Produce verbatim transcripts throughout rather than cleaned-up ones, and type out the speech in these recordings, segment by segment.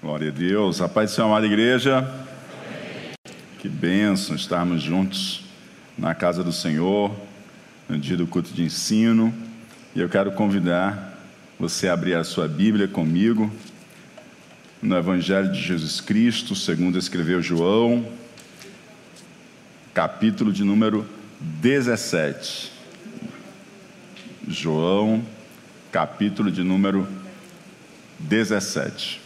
Glória a Deus. A paz do Senhor, amada igreja. Amém. Que bênção estarmos juntos na casa do Senhor, no dia do culto de ensino. E eu quero convidar você a abrir a sua Bíblia comigo no Evangelho de Jesus Cristo, segundo escreveu João, capítulo de número dezessete. João, capítulo de número dezessete.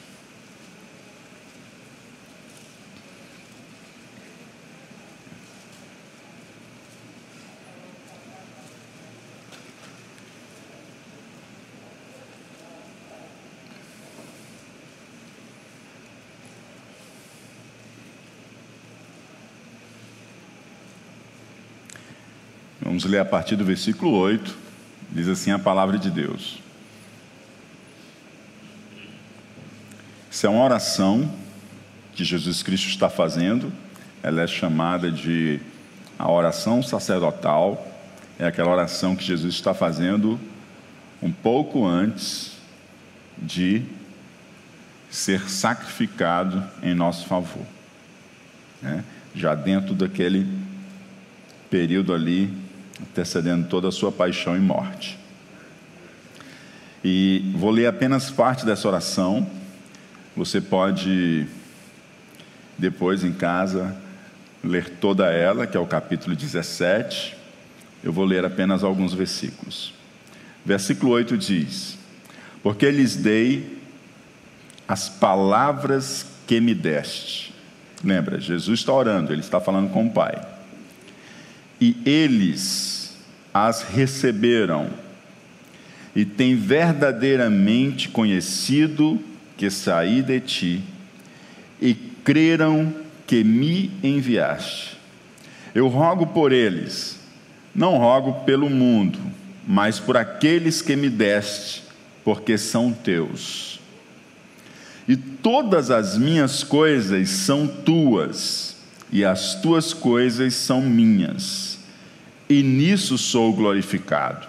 Vamos ler a partir do versículo oito, diz assim a palavra de Deus. Isso é uma oração que Jesus Cristo está fazendo, ela é chamada de a oração sacerdotal, é aquela oração que Jesus está fazendo um pouco antes de ser sacrificado em nosso favor, né? Já dentro daquele período ali, antecedendo toda a sua paixão e morte. E vou ler apenas parte dessa oração. Você pode, depois em casa, ler toda ela, que é o capítulo dezessete. Eu vou ler apenas alguns versículos. Versículo oito diz: porque lhes dei as palavras que me deste. Lembra, Jesus está orando, ele está falando com o Pai. E eles as receberam, e têm verdadeiramente conhecido que saí de ti, e creram que me enviaste. Eu rogo por eles, não rogo pelo mundo, mas por aqueles que me deste, porque são teus. E todas as minhas coisas são tuas, e as tuas coisas são minhas, e nisso sou glorificado.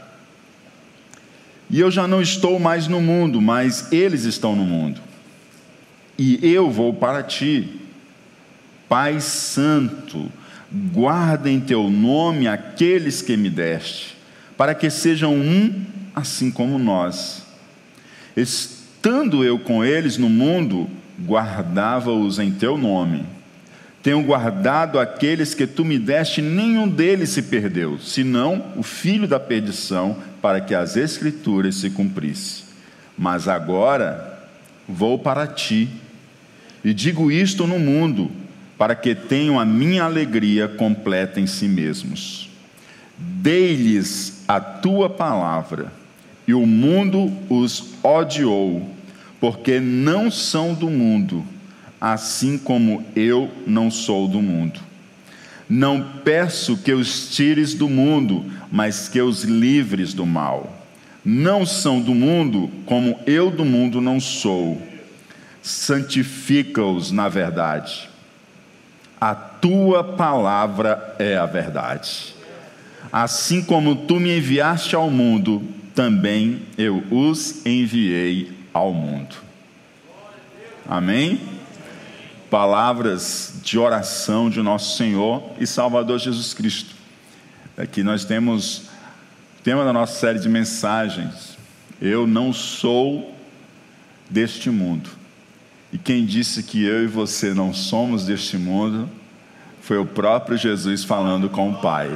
E eu já não estou mais no mundo, mas eles estão no mundo, e eu vou para ti. Pai Santo, guarda em teu nome aqueles que me deste, para que sejam um, assim como nós. Estando eu com eles no mundo, guardava-os em teu nome. Tenho guardado aqueles que tu me deste, nenhum deles se perdeu, senão o filho da perdição, para que as Escrituras se cumprissem. Mas agora vou para ti, e digo isto no mundo, para que tenham a minha alegria completa em si mesmos. Dei-lhes a tua palavra, e o mundo os odiou, porque não são do mundo, assim como eu não sou do mundo. Não peço que os tires do mundo, mas que os livres do mal. Não são do mundo, como eu do mundo não sou. Santifica-os na verdade. A tua palavra é a verdade. Assim como tu me enviaste ao mundo, também eu os enviei ao mundo. Amém? Palavras de oração de nosso Senhor e Salvador Jesus Cristo. Aqui nós temos o tema da nossa série de mensagens: eu não sou deste mundo. E quem disse que eu e você não somos deste mundo foi o próprio Jesus falando com o Pai.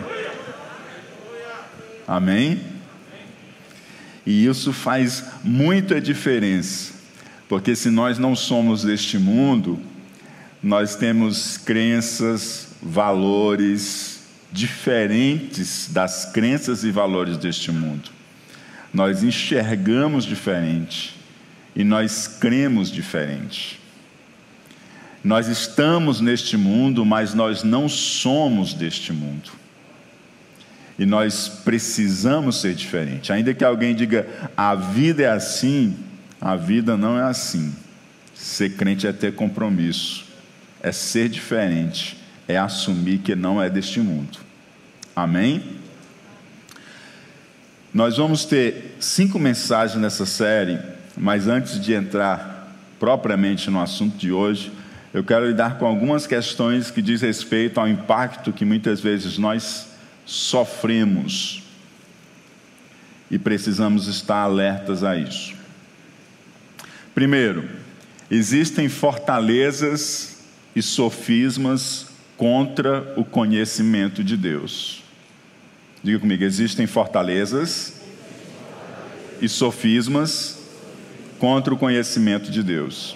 Amém? E isso faz muita diferença, porque se nós não somos deste mundo, nós temos crenças, valores diferentes das crenças e valores deste mundo. Nós enxergamos diferente e nós cremos diferente. Nós estamos neste mundo, mas nós não somos deste mundo. E nós precisamos ser diferente. Ainda que alguém diga, a vida é assim, a vida não é assim. Ser crente é ter compromisso. É ser diferente, é assumir que não é deste mundo. Amém? Nós vamos ter cinco mensagens nessa série, mas antes de entrar propriamente no assunto de hoje, eu quero lidar com algumas questões que diz respeito ao impacto que muitas vezes nós sofremos e precisamos estar alertas a isso. Primeiro, existem fortalezas e sofismas contra o conhecimento de Deus. Diga comigo, existem fortalezas e sofismas contra o conhecimento de Deus.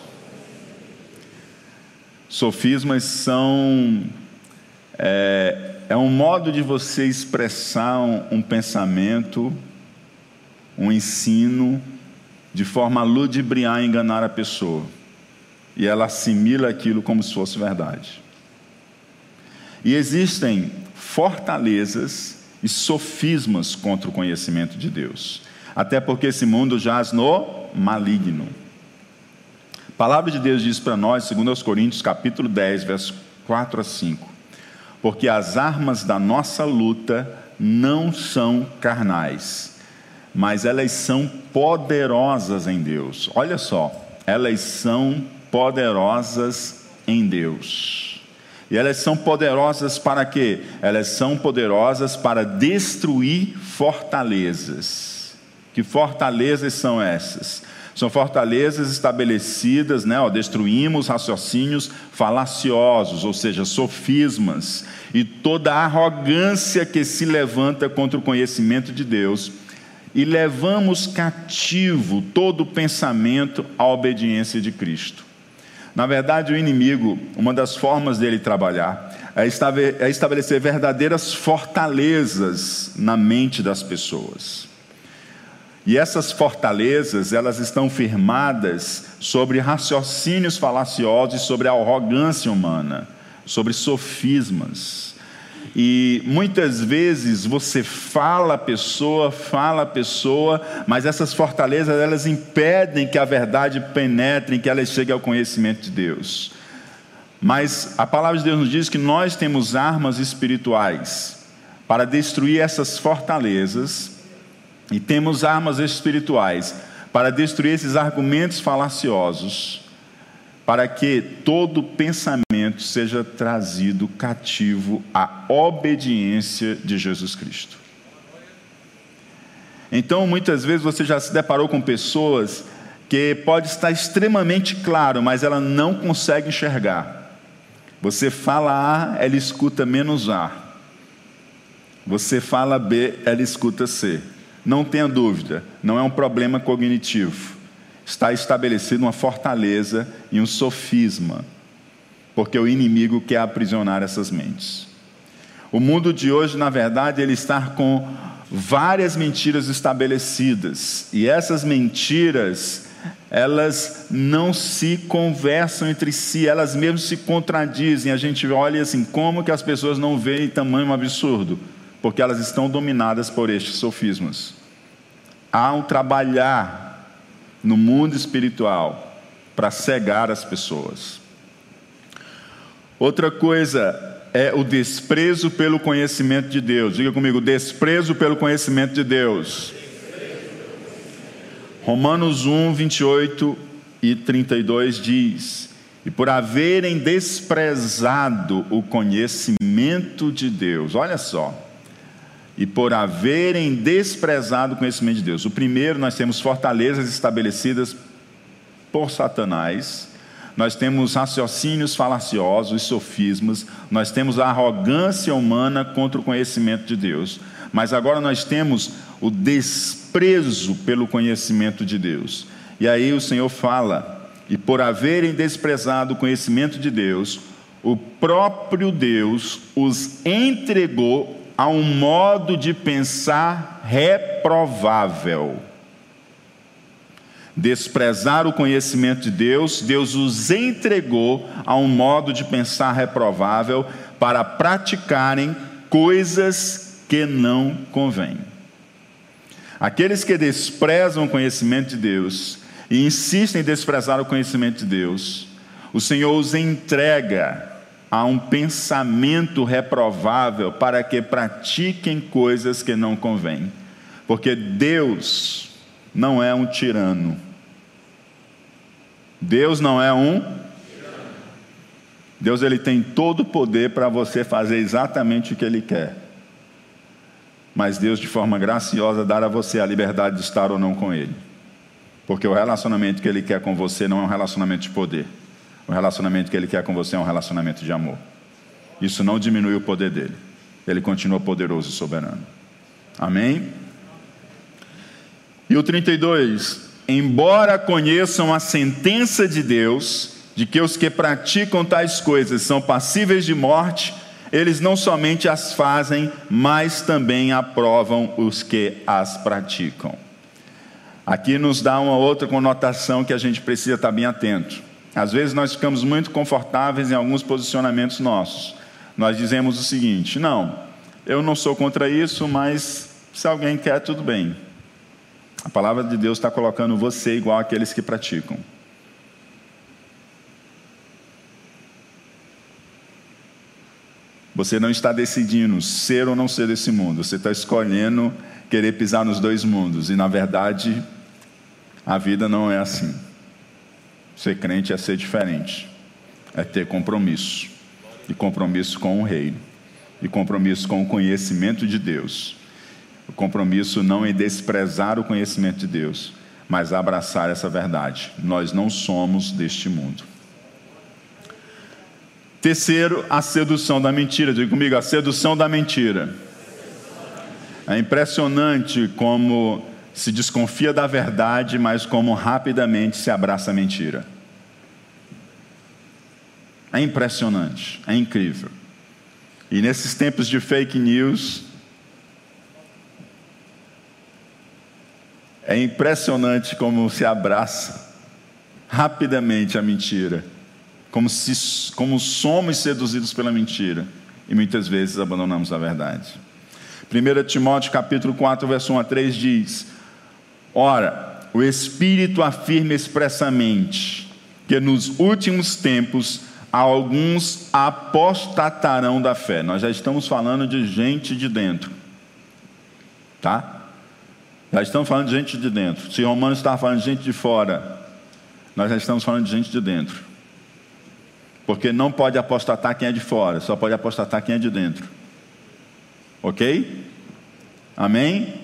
Sofismas são é, é um modo de você expressar um, um pensamento, um ensino, de forma a ludibriar e enganar a pessoa, e ela assimila aquilo como se fosse verdade. E existem fortalezas e sofismas contra o conhecimento de Deus, até porque esse mundo jaz no maligno. A palavra de Deus diz para nós, segundo aos Coríntios, capítulo dez, versos quatro a cinco, porque as armas da nossa luta não são carnais, mas elas são poderosas em Deus. Olha só, elas são poderosas em Deus. E elas são poderosas para quê? Elas são poderosas para destruir fortalezas. Que fortalezas são essas? São fortalezas estabelecidas, né? Ó, destruímos raciocínios falaciosos, ou seja, sofismas, e toda a arrogância que se levanta contra o conhecimento de Deus, e levamos cativo todo o pensamento à obediência de Cristo. Na verdade, o inimigo, uma das formas dele trabalhar, é estabelecer verdadeiras fortalezas na mente das pessoas. E essas fortalezas, elas estão firmadas sobre raciocínios falaciosos, sobre a arrogância humana, sobre sofismas. E muitas vezes você fala a pessoa, fala a pessoa, mas essas fortalezas, elas impedem que a verdade penetre, que ela chegue ao conhecimento de Deus. Mas a palavra de Deus nos diz que nós temos armas espirituais para destruir essas fortalezas, e temos armas espirituais para destruir esses argumentos falaciosos, para que todo pensamento seja trazido cativo à obediência de Jesus Cristo. Então, muitas vezes você já se deparou com pessoas que pode estar extremamente claro, mas ela não consegue enxergar. Você fala A, ela escuta menos A. Você fala B, ela escuta C. Não tenha dúvida, não é um problema cognitivo. Está estabelecido uma fortaleza e um sofisma, porque o inimigo quer aprisionar essas mentes. O mundo de hoje, na verdade, ele está com várias mentiras estabelecidas, e essas mentiras, elas não se conversam entre si, elas mesmas se contradizem. A gente olha assim, como que as pessoas não veem tamanho absurdo? Porque elas estão dominadas por estes sofismas. Há um trabalhar no mundo espiritual para cegar as pessoas. Outra coisa é o desprezo pelo conhecimento de Deus. Diga comigo, desprezo pelo conhecimento de Deus. Romanos um, vinte e oito e trinta e dois diz: e por haverem desprezado o conhecimento de Deus, olha só, e por haverem desprezado o conhecimento de Deus. O primeiro, nós temos fortalezas estabelecidas por Satanás, nós temos raciocínios falaciosos e sofismas, nós temos a arrogância humana contra o conhecimento de Deus, mas agora nós temos o desprezo pelo conhecimento de Deus. E aí o Senhor fala: e por haverem desprezado o conhecimento de Deus, o próprio Deus os entregou a um modo de pensar reprovável. Desprezar o conhecimento de Deus, Deus os entregou a um modo de pensar reprovável para praticarem coisas que não convêm. Aqueles que desprezam o conhecimento de Deus e insistem em desprezar o conhecimento de Deus, o Senhor os entrega a um pensamento reprovável para que pratiquem coisas que não convêm, porque Deus não é um tirano. Deus não é um... Deus ele tem todo o poder para você fazer exatamente o que Ele quer. Mas Deus, de forma graciosa, dá a você a liberdade de estar ou não com Ele. Porque o relacionamento que Ele quer com você não é um relacionamento de poder. O relacionamento que Ele quer com você é um relacionamento de amor. Isso não diminui o poder dEle. Ele continua poderoso e soberano. Amém? E o trinta e dois. Embora conheçam a sentença de Deus, de que os que praticam tais coisas são passíveis de morte, eles não somente as fazem, mas também aprovam os que as praticam. Aqui nos dá uma outra conotação que a gente precisa estar bem atento. Às vezes nós ficamos muito confortáveis em alguns posicionamentos nossos. Nós dizemos o seguinte: não, eu não sou contra isso, mas se alguém quer, tudo bem. A palavra de Deus está colocando você igual àqueles que praticam. Você não está decidindo ser ou não ser desse mundo. Você está escolhendo querer pisar nos dois mundos. E na verdade, a vida não é assim. Ser crente é ser diferente. É ter compromisso. E compromisso com o reino. E compromisso com o conhecimento de Deus. O compromisso não é desprezar o conhecimento de Deus, mas abraçar essa verdade. Nós não somos deste mundo. Terceiro, a sedução da mentira. Diga comigo, a sedução da mentira. É impressionante como se desconfia da verdade, mas como rapidamente se abraça a mentira. É impressionante, é incrível. E nesses tempos de fake news, é impressionante como se abraça rapidamente a mentira. Como, se, como somos seduzidos pela mentira e muitas vezes abandonamos a verdade. primeiro Timóteo capítulo quatro, verso um a três diz: ora, o Espírito afirma expressamente que nos últimos tempos alguns apostatarão da fé. Nós já estamos falando de gente de dentro, tá? Já estamos falando de gente de dentro. Se Romanos estava falando de gente de fora, nós já estamos falando de gente de dentro. Porque não pode apostatar quem é de fora, só pode apostatar quem é de dentro. Ok? Amém? Amém.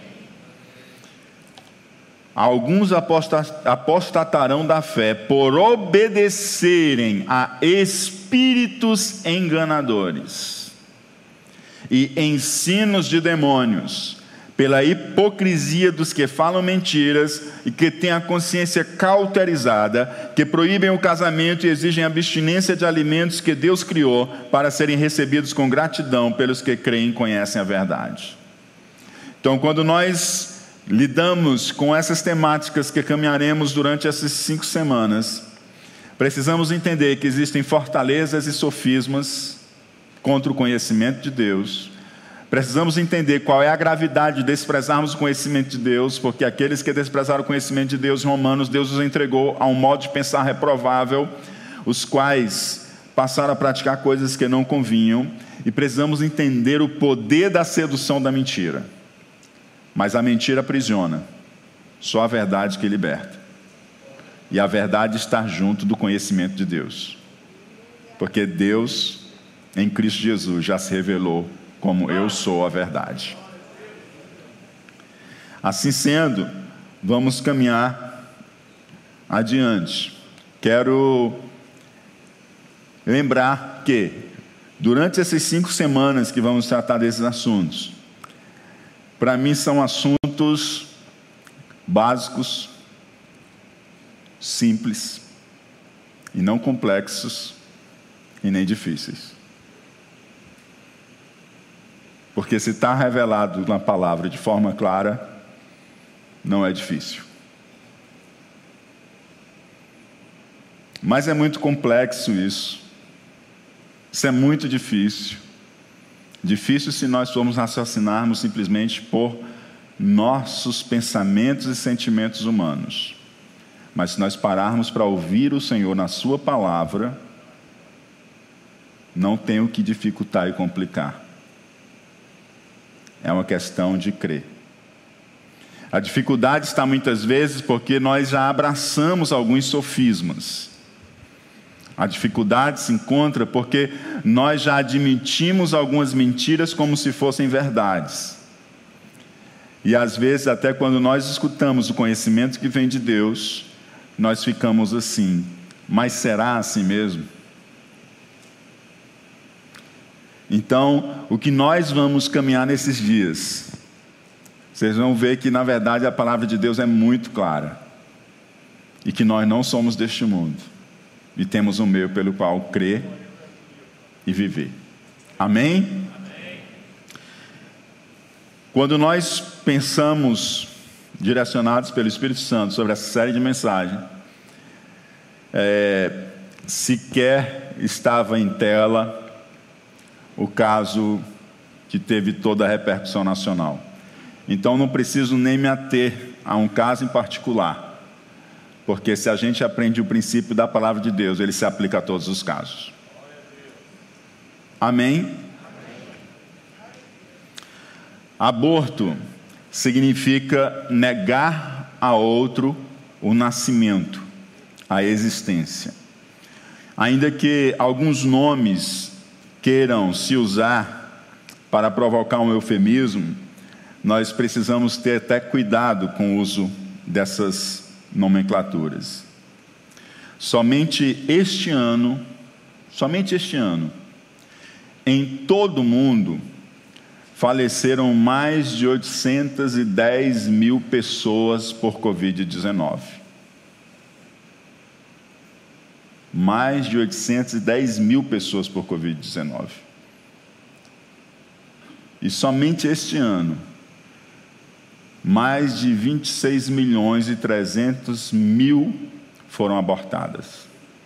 Alguns apostatarão da fé por obedecerem a espíritos enganadores e ensinos de demônios, pela hipocrisia dos que falam mentiras e que têm a consciência cauterizada, que proíbem o casamento e exigem abstinência de alimentos que Deus criou para serem recebidos com gratidão pelos que creem e conhecem a verdade. Então, quando nós lidamos com essas temáticas que caminharemos durante essas cinco semanas, precisamos entender que existem fortalezas e sofismas contra o conhecimento de Deus. Precisamos entender qual é a gravidade de desprezarmos o conhecimento de Deus, porque aqueles que desprezaram o conhecimento de Deus em Romanos, Deus os entregou a um modo de pensar reprovável, os quais passaram a praticar coisas que não convinham, e precisamos entender o poder da sedução da mentira. Mas a mentira aprisiona, só a verdade que liberta. E a verdade está junto do conhecimento de Deus, porque Deus, em Cristo Jesus, já se revelou como eu sou a verdade. Assim sendo, vamos caminhar adiante. Quero lembrar que, durante essas cinco semanas que vamos tratar desses assuntos, para mim são assuntos básicos, simples, e não complexos, e nem difíceis. Porque se está revelado na palavra de forma clara, não é difícil. Mas é muito complexo isso. Isso é muito difícil. Difícil se nós formos raciocinarmos simplesmente por nossos pensamentos e sentimentos humanos. Mas se nós pararmos para ouvir o Senhor na sua palavra, não tem o que dificultar e complicar. É uma questão de crer. A dificuldade está muitas vezes porque nós já abraçamos alguns sofismas. A dificuldade se encontra porque nós já admitimos algumas mentiras como se fossem verdades. E às vezes, até quando nós escutamos o conhecimento que vem de Deus, nós ficamos assim: mas será assim mesmo? Então, o que nós vamos caminhar nesses dias? Vocês vão ver que, na verdade, a palavra de Deus é muito clara. E que nós não somos deste mundo. E temos um meio pelo qual crer e viver. Amém? Amém. Quando nós pensamos, direcionados pelo Espírito Santo, sobre essa série de mensagens, é, sequer estava em tela o caso que teve toda a repercussão nacional. Então não preciso nem me ater a um caso em particular, porque se a gente aprende o princípio da palavra de Deus, ele se aplica a todos os casos. Amém? Aborto significa negar a outro o nascimento, a existência. Ainda que alguns nomes queiram se usar para provocar um eufemismo, nós precisamos ter até cuidado com o uso dessas nomenclaturas. Somente este ano, somente este ano, em todo o mundo, faleceram mais de oitocentas e dez mil pessoas por covid dezenove. Mais de oitocentas e dez mil pessoas por covid dezenove. E somente este ano, mais de vinte e seis milhões e trezentos mil foram abortadas.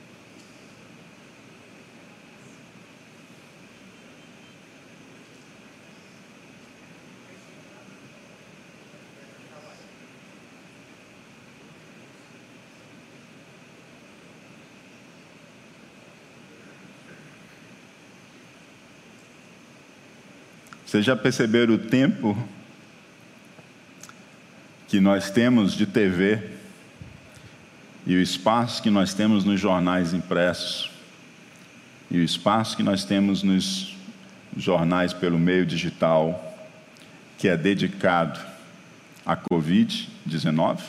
Vocês já perceberam o tempo que nós temos de T V e o espaço que nós temos nos jornais impressos e o espaço que nós temos nos jornais pelo meio digital, que é dedicado à covid dezenove?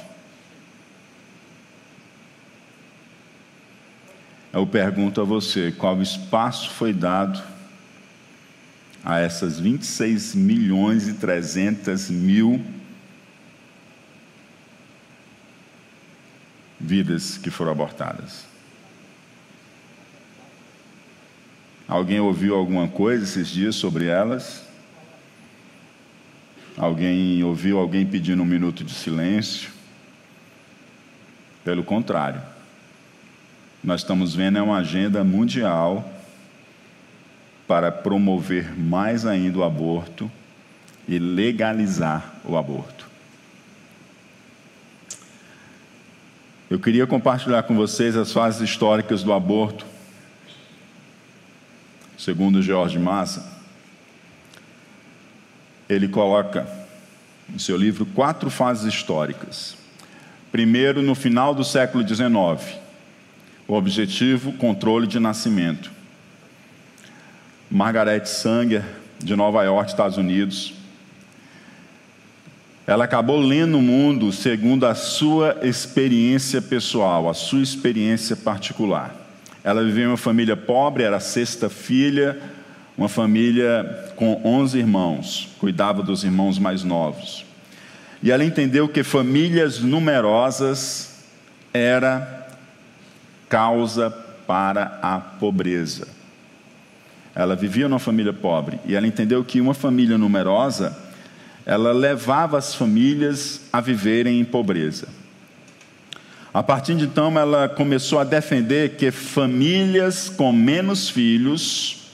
Eu pergunto a você, qual espaço foi dado a essas vinte e seis milhões e trezentos mil vidas que foram abortadas? Alguém ouviu alguma coisa esses dias sobre elas? Alguém ouviu alguém pedindo um minuto de silêncio? Pelo contrário, nós estamos vendo é uma agenda mundial para promover mais ainda o aborto e legalizar o aborto. Eu queria compartilhar com vocês as fases históricas do aborto, segundo George Mason. Ele coloca no seu livro quatro fases históricas. Primeiro, no final do século dezenove, o objetivo, controle de nascimento. Margaret Sanger, de Nova York, Estados Unidos, ela acabou lendo o mundo segundo a sua experiência pessoal, a sua experiência particular. Ela viveu em uma família pobre, era a sexta filha, uma família com onze irmãos, cuidava dos irmãos mais novos. E ela entendeu que famílias numerosas era causa para a pobreza. Ela vivia numa família pobre e ela entendeu que uma família numerosa, ela levava as famílias a viverem em pobreza. A partir de então, ela começou a defender que famílias com menos filhos,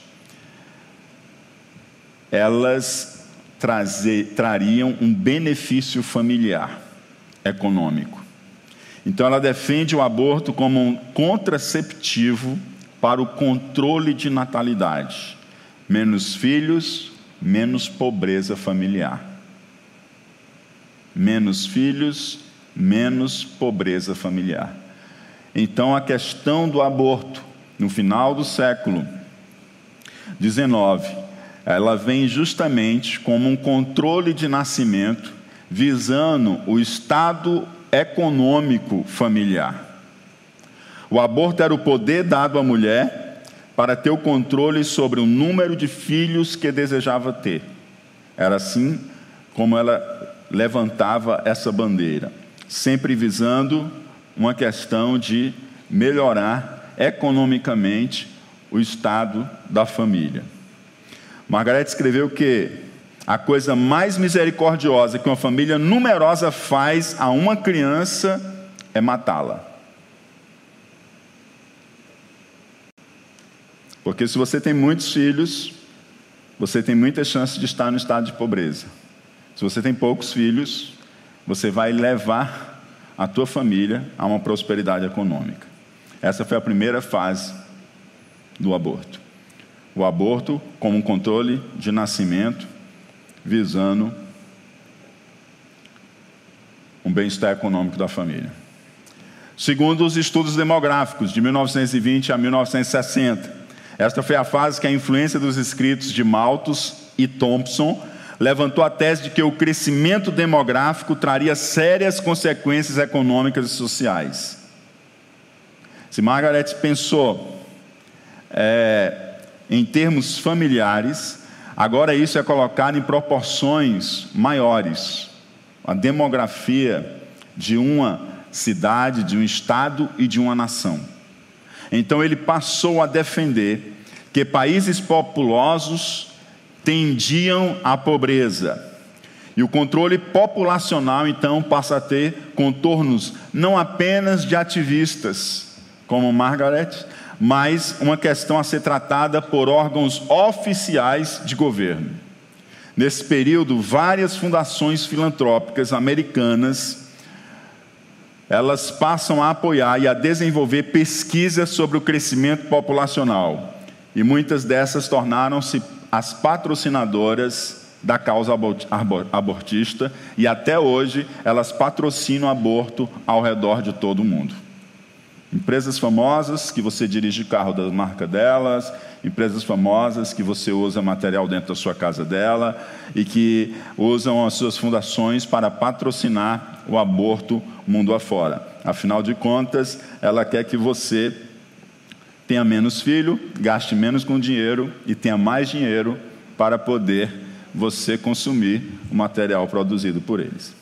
elas trazer, trariam um benefício familiar, econômico. Então ela defende o aborto como um contraceptivo para o controle de natalidade. Menos filhos, menos pobreza familiar. Menos filhos, menos pobreza familiar. Então, a questão do aborto, no final do século dezenove, ela vem justamente como um controle de nascimento, visando o estado econômico familiar. O aborto era o poder dado à mulher para ter o controle sobre o número de filhos que desejava ter. Era assim como ela levantava essa bandeira, sempre visando uma questão de melhorar economicamente o estado da família. Margaret escreveu que a coisa mais misericordiosa que uma família numerosa faz a uma criança é matá-la. Porque se você tem muitos filhos, você tem muita chance de estar no estado de pobreza. Se você tem poucos filhos, você vai levar a tua família a uma prosperidade econômica. Essa foi a primeira fase do aborto. O aborto como um controle de nascimento, visando um bem-estar econômico da família. Segundo os estudos demográficos, de mil novecentos e vinte a mil novecentos e sessenta, esta foi a fase que a influência dos escritos de Malthus e Thompson levantou a tese de que o crescimento demográfico traria sérias consequências econômicas e sociais. Se Margaret pensou é, em termos familiares, agora isso é colocado em proporções maiores. A demografia de uma cidade, de um estado e de uma nação. Então ele passou a defender que países populosos tendiam à pobreza. E o controle populacional, então, passa a ter contornos não apenas de ativistas, como Margaret, mas uma questão a ser tratada por órgãos oficiais de governo. Nesse período, várias fundações filantrópicas americanas, elas passam a apoiar e a desenvolver pesquisas sobre o crescimento populacional. E muitas dessas tornaram-se as patrocinadoras da causa abortista, e até hoje elas patrocinam o aborto ao redor de todo o mundo. Empresas famosas que você dirige o carro da marca delas, empresas famosas que você usa material dentro da sua casa dela e que usam as suas fundações para patrocinar o aborto mundo afora. Afinal de contas, ela quer que você tenha menos filho, gaste menos com dinheiro e tenha mais dinheiro para poder você consumir o material produzido por eles.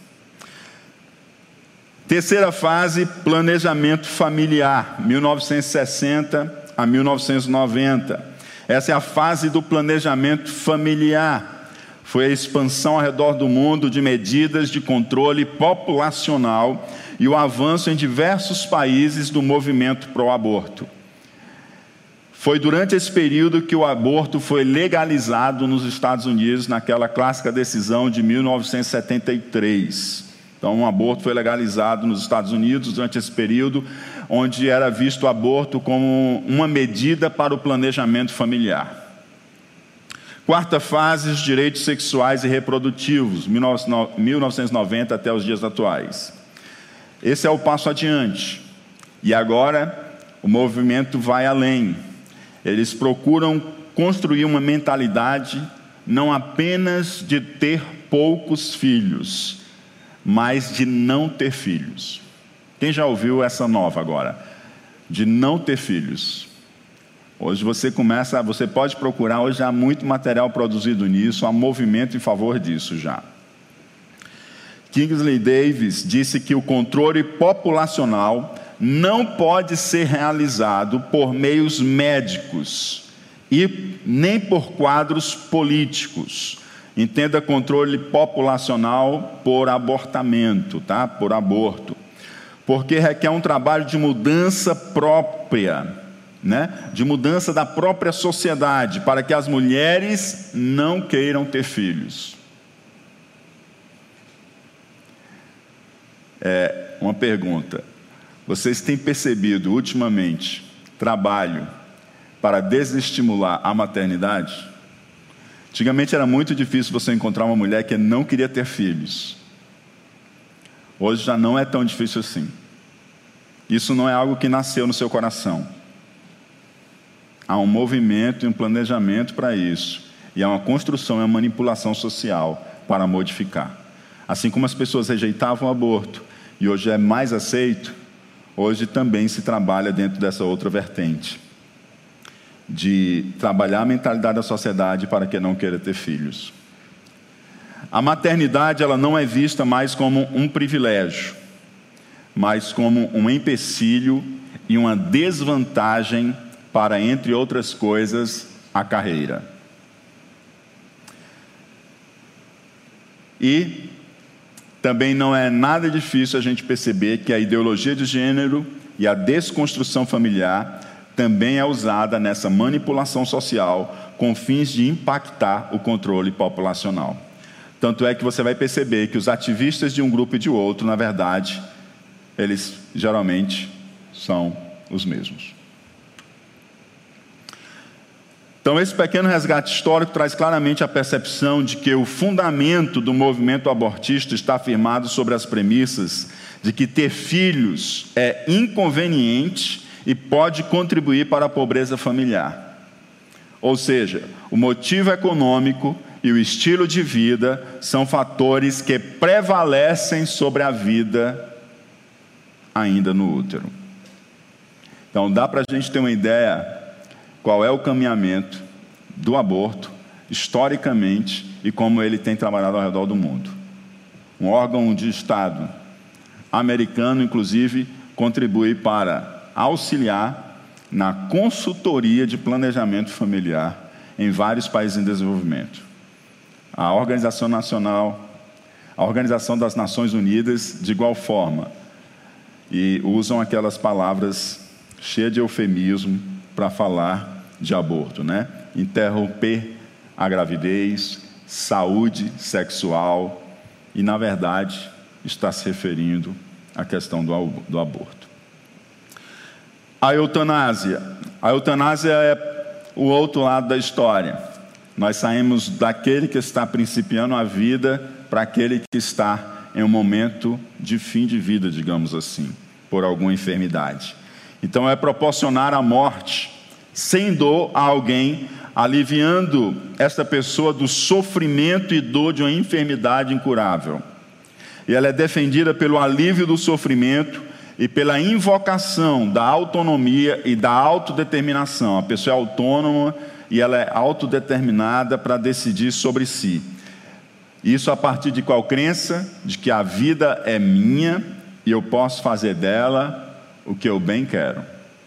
Terceira fase, planejamento familiar, mil novecentos e sessenta a mil novecentos e noventa. Essa é a fase do planejamento familiar. Foi a expansão ao redor do mundo de medidas de controle populacional e o avanço em diversos países do movimento pró-aborto. Foi durante esse período que o aborto foi legalizado nos Estados Unidos, naquela clássica decisão de mil novecentos e setenta e três. Então, o aborto foi legalizado nos Estados Unidos durante esse período, onde era visto o aborto como uma medida para o planejamento familiar. Quarta fase, os direitos sexuais e reprodutivos, mil novecentos e noventa até os dias atuais. Esse é o passo adiante. E agora, o movimento vai além. Eles procuram construir uma mentalidade não apenas de ter poucos filhos, mas de não ter filhos. Quem já ouviu essa nova agora? De não ter filhos. Hoje você começa, você pode procurar, hoje há muito material produzido nisso, há movimento em favor disso já. Kingsley Davis disse que o controle populacional não pode ser realizado por meios médicos e nem por quadros políticos. Entenda controle populacional por abortamento, tá? Por aborto. Porque requer um trabalho de mudança própria, né? De mudança da própria sociedade, para que as mulheres não queiram ter filhos. É, uma pergunta. Vocês têm percebido ultimamente trabalho para desestimular a maternidade? Antigamente era muito difícil você encontrar uma mulher que não queria ter filhos. Hoje já não é tão difícil assim. Isso não é algo que nasceu no seu coração. Há um movimento e um planejamento para isso. E há uma construção e uma manipulação social para modificar. Assim como as pessoas rejeitavam o aborto e hoje é mais aceito, hoje também se trabalha dentro dessa outra vertente. De trabalhar a mentalidade da sociedade para que não queira ter filhos. A maternidade, ela não é vista mais como um privilégio, mas como um empecilho e uma desvantagem para, entre outras coisas, a carreira. E também não é nada difícil a gente perceber que a ideologia de gênero e a desconstrução familiar também é usada nessa manipulação social com fins de impactar o controle populacional. Tanto é que você vai perceber que os ativistas de um grupo e de outro, na verdade, eles geralmente são os mesmos. Então, esse pequeno resgate histórico traz claramente a percepção de que o fundamento do movimento abortista está firmado sobre as premissas de que ter filhos é inconveniente e pode contribuir para a pobreza familiar. Ou seja, o motivo econômico e o estilo de vida são fatores que prevalecem sobre a vida ainda no útero. Então, dá para a gente ter uma ideia qual é o caminhamento do aborto, historicamente, e como ele tem trabalhado ao redor do mundo. Um órgão de Estado americano, inclusive, contribui para auxiliar na consultoria de planejamento familiar em vários países em desenvolvimento. A Organização Nacional, a Organização das Nações Unidas, de igual forma, e usam aquelas palavras cheias de eufemismo para falar de aborto, né? Interromper a gravidez, saúde sexual, e, na verdade, está se referindo à questão do, do aborto. A eutanásia. A eutanásia é o outro lado da história. Nós saímos daquele que está principiando a vida para aquele que está em um momento de fim de vida, digamos assim, por alguma enfermidade. Então, é proporcionar a morte sem dor a alguém, aliviando esta pessoa do sofrimento e dor de uma enfermidade incurável. E ela é defendida pelo alívio do sofrimento e pela invocação da autonomia e da autodeterminação. A pessoa é autônoma e ela é autodeterminada para decidir sobre si. Isso a partir de qual crença? De que a vida é minha e eu posso fazer dela o que eu bem quero.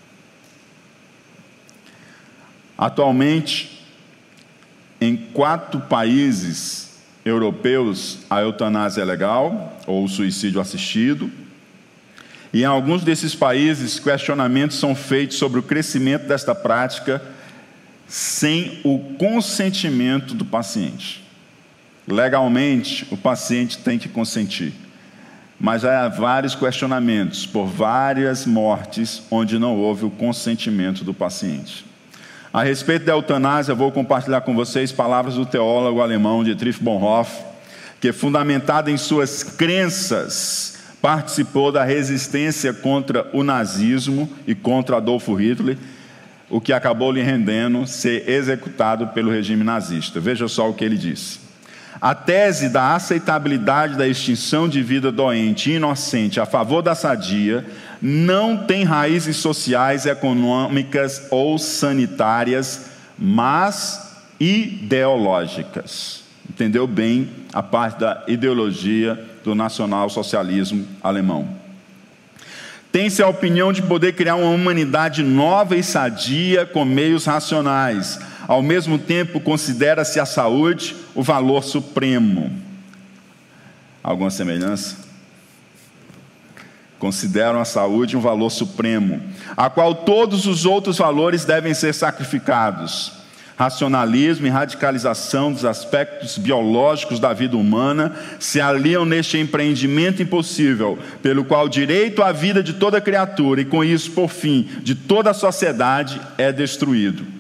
Atualmente, em quatro países europeus, a eutanásia é legal, ou o suicídio assistido. E em alguns desses países, questionamentos são feitos sobre o crescimento desta prática sem o consentimento do paciente. Legalmente, o paciente tem que consentir. Mas há vários questionamentos por várias mortes onde não houve o consentimento do paciente. A respeito da eutanásia, vou compartilhar com vocês palavras do teólogo alemão Dietrich Bonhoeffer, que, fundamentado em suas crenças, participou da resistência contra o nazismo e contra Adolfo Hitler, o que acabou lhe rendendo ser executado pelo regime nazista. Veja só o que ele disse. A tese da aceitabilidade da extinção de vida doente e inocente a favor da sadia não tem raízes sociais, econômicas ou sanitárias, mas ideológicas. Entendeu bem a parte da ideologia do nacional-socialismo alemão. Tem-se a opinião de poder criar uma humanidade nova e sadia com meios racionais. Ao mesmo tempo, considera-se a saúde o valor supremo. Alguma semelhança? Consideram a saúde um valor supremo, a qual todos os outros valores devem ser sacrificados. Racionalismo e radicalização dos aspectos biológicos da vida humana se aliam neste empreendimento impossível, pelo qual o direito à vida de toda criatura, e com isso, por fim, de toda a sociedade, é destruído.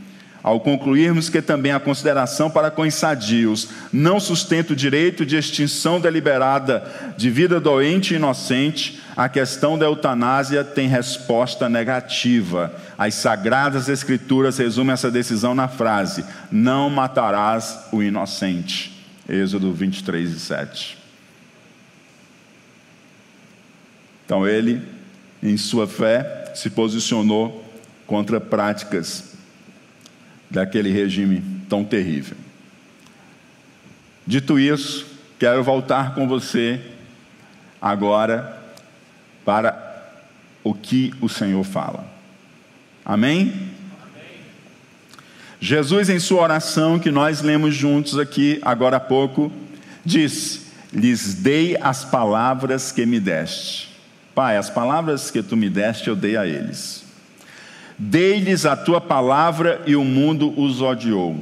ao concluirmos que também a consideração para com os sadios não sustenta o direito de extinção deliberada de vida doente e inocente, a questão da eutanásia tem resposta negativa. As Sagradas Escrituras resumem essa decisão na frase: não matarás o inocente. Êxodo vinte e três, sete. Então ele, em sua fé, se posicionou contra práticas daquele regime tão terrível. Dito isso, quero voltar com você agora para o que o Senhor fala. Amém? Amém? Jesus, em sua oração, que nós lemos juntos aqui agora há pouco, disse: lhes dei as palavras que me deste. Pai, as palavras que tu me deste, eu dei a eles. Dei-lhes a tua palavra e o mundo os odiou.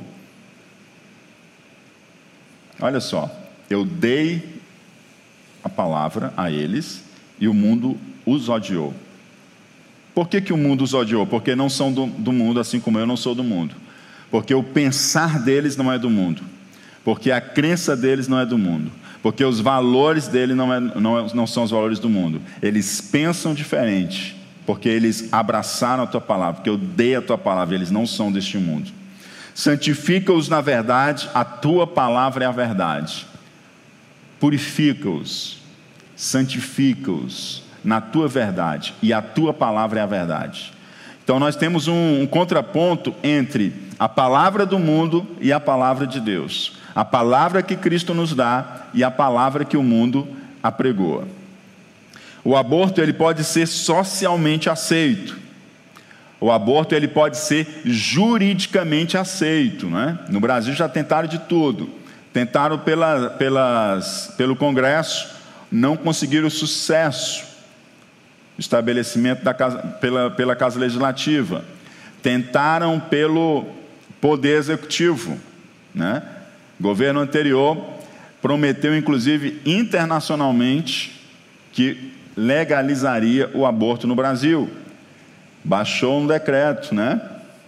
Olha só, eu dei a palavra a eles e o mundo os odiou. Por que que o mundo os odiou? Porque não são do, do mundo, assim como eu não sou do mundo. Porque o pensar deles não é do mundo. Porque a crença deles não é do mundo. Porque os valores deles não, é, não, é, não são os valores do mundo. Eles pensam diferente. Porque eles abraçaram a tua palavra, porque eu dei a tua palavra, eles não são deste mundo. Santifica-os na verdade, a tua palavra é a verdade. Purifica-os, santifica-os na tua verdade, e a tua palavra é a verdade. Então nós temos um, um contraponto entre a palavra do mundo e a palavra de Deus. A palavra que Cristo nos dá e a palavra que o mundo apregoa. O aborto ele pode ser socialmente aceito. O aborto ele pode ser juridicamente aceito, né? No Brasil já tentaram de tudo. Tentaram pela, pelas, pelo Congresso, não conseguiram sucesso. Estabelecimento da casa, pela, pela Casa Legislativa. Tentaram pelo Poder Executivo, né? O governo anterior prometeu, inclusive, internacionalmente, que legalizaria o aborto no Brasil. Baixou um decreto, né?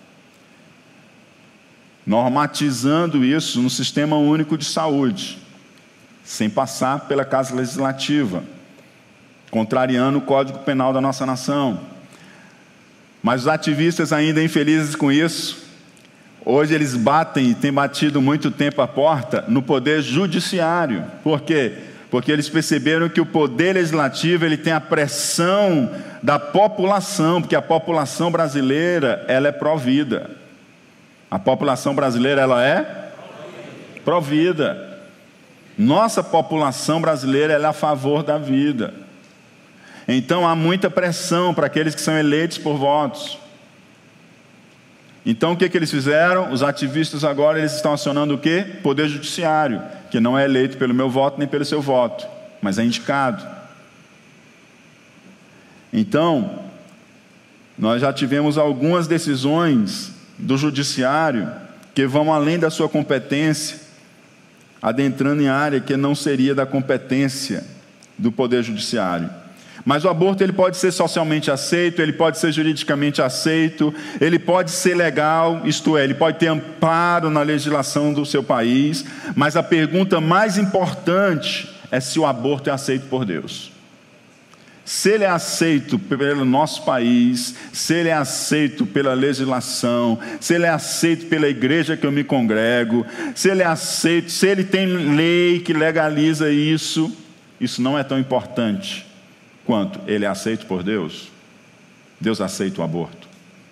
Normatizando isso no Sistema Único de Saúde, sem passar pela Casa Legislativa, contrariando o Código Penal da nossa nação. Mas os ativistas, ainda infelizes com isso, hoje eles batem e têm batido muito tempo a porta no Poder Judiciário. Por quê? Porque eles perceberam que o Poder Legislativo ele tem a pressão da população, porque a população brasileira ela é pró-vida. A população brasileira ela é pró-vida. Nossa população brasileira ela é a favor da vida. Então há muita pressão para aqueles que são eleitos por votos. Então o que, que eles fizeram? Os ativistas agora eles estão acionando o quê? Poder Judiciário, que não é eleito pelo meu voto nem pelo seu voto, mas é indicado. Então, nós já tivemos algumas decisões do Judiciário que vão além da sua competência, adentrando em área que não seria da competência do Poder Judiciário. Mas o aborto ele pode ser socialmente aceito, ele pode ser juridicamente aceito, ele pode ser legal, isto é, ele pode ter amparo na legislação do seu país, mas a pergunta mais importante é se o aborto é aceito por Deus. Se ele é aceito pelo nosso país, se ele é aceito pela legislação, se ele é aceito pela igreja que eu me congrego, se ele é aceito, se ele tem lei que legaliza isso, isso não é tão importante quanto ele é aceito por Deus. Deus aceita o aborto.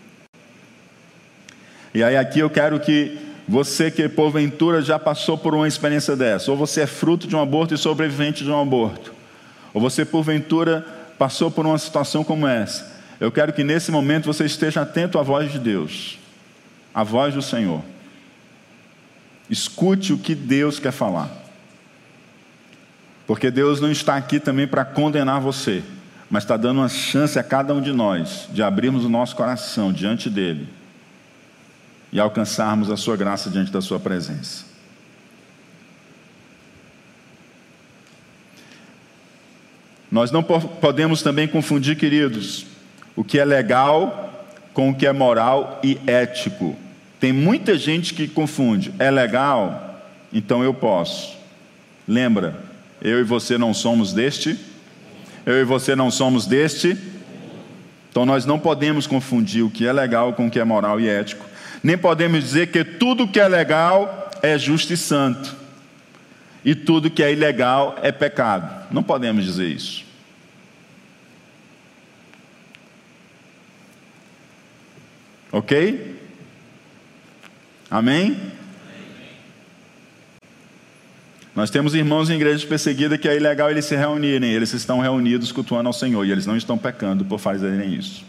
E aí aqui eu quero que você que porventura já passou por uma experiência dessa, ou você é fruto de um aborto e sobrevivente de um aborto, ou você porventura passou por uma situação como essa, eu quero que nesse momento você esteja atento à voz de Deus, à voz do Senhor. Escute o que Deus quer falar. Porque Deus não está aqui também para condenar você, mas está dando uma chance a cada um de nós de abrirmos o nosso coração diante dEle e alcançarmos a sua graça diante da sua presença. Nós não podemos também confundir, queridos, o que é legal com o que é moral e ético. Tem muita gente que confunde. É legal? Então eu posso. Lembra, eu e você não somos deste? Eu e você não somos deste? Então nós não podemos confundir o que é legal com o que é moral e ético. Nem podemos dizer que tudo que é legal é justo e santo. E tudo que é ilegal é pecado. Não podemos dizer isso. Ok? Amém? Nós temos irmãos em igrejas perseguidas que é ilegal eles se reunirem. Eles estão reunidos cultuando ao Senhor e eles não estão pecando por fazerem isso.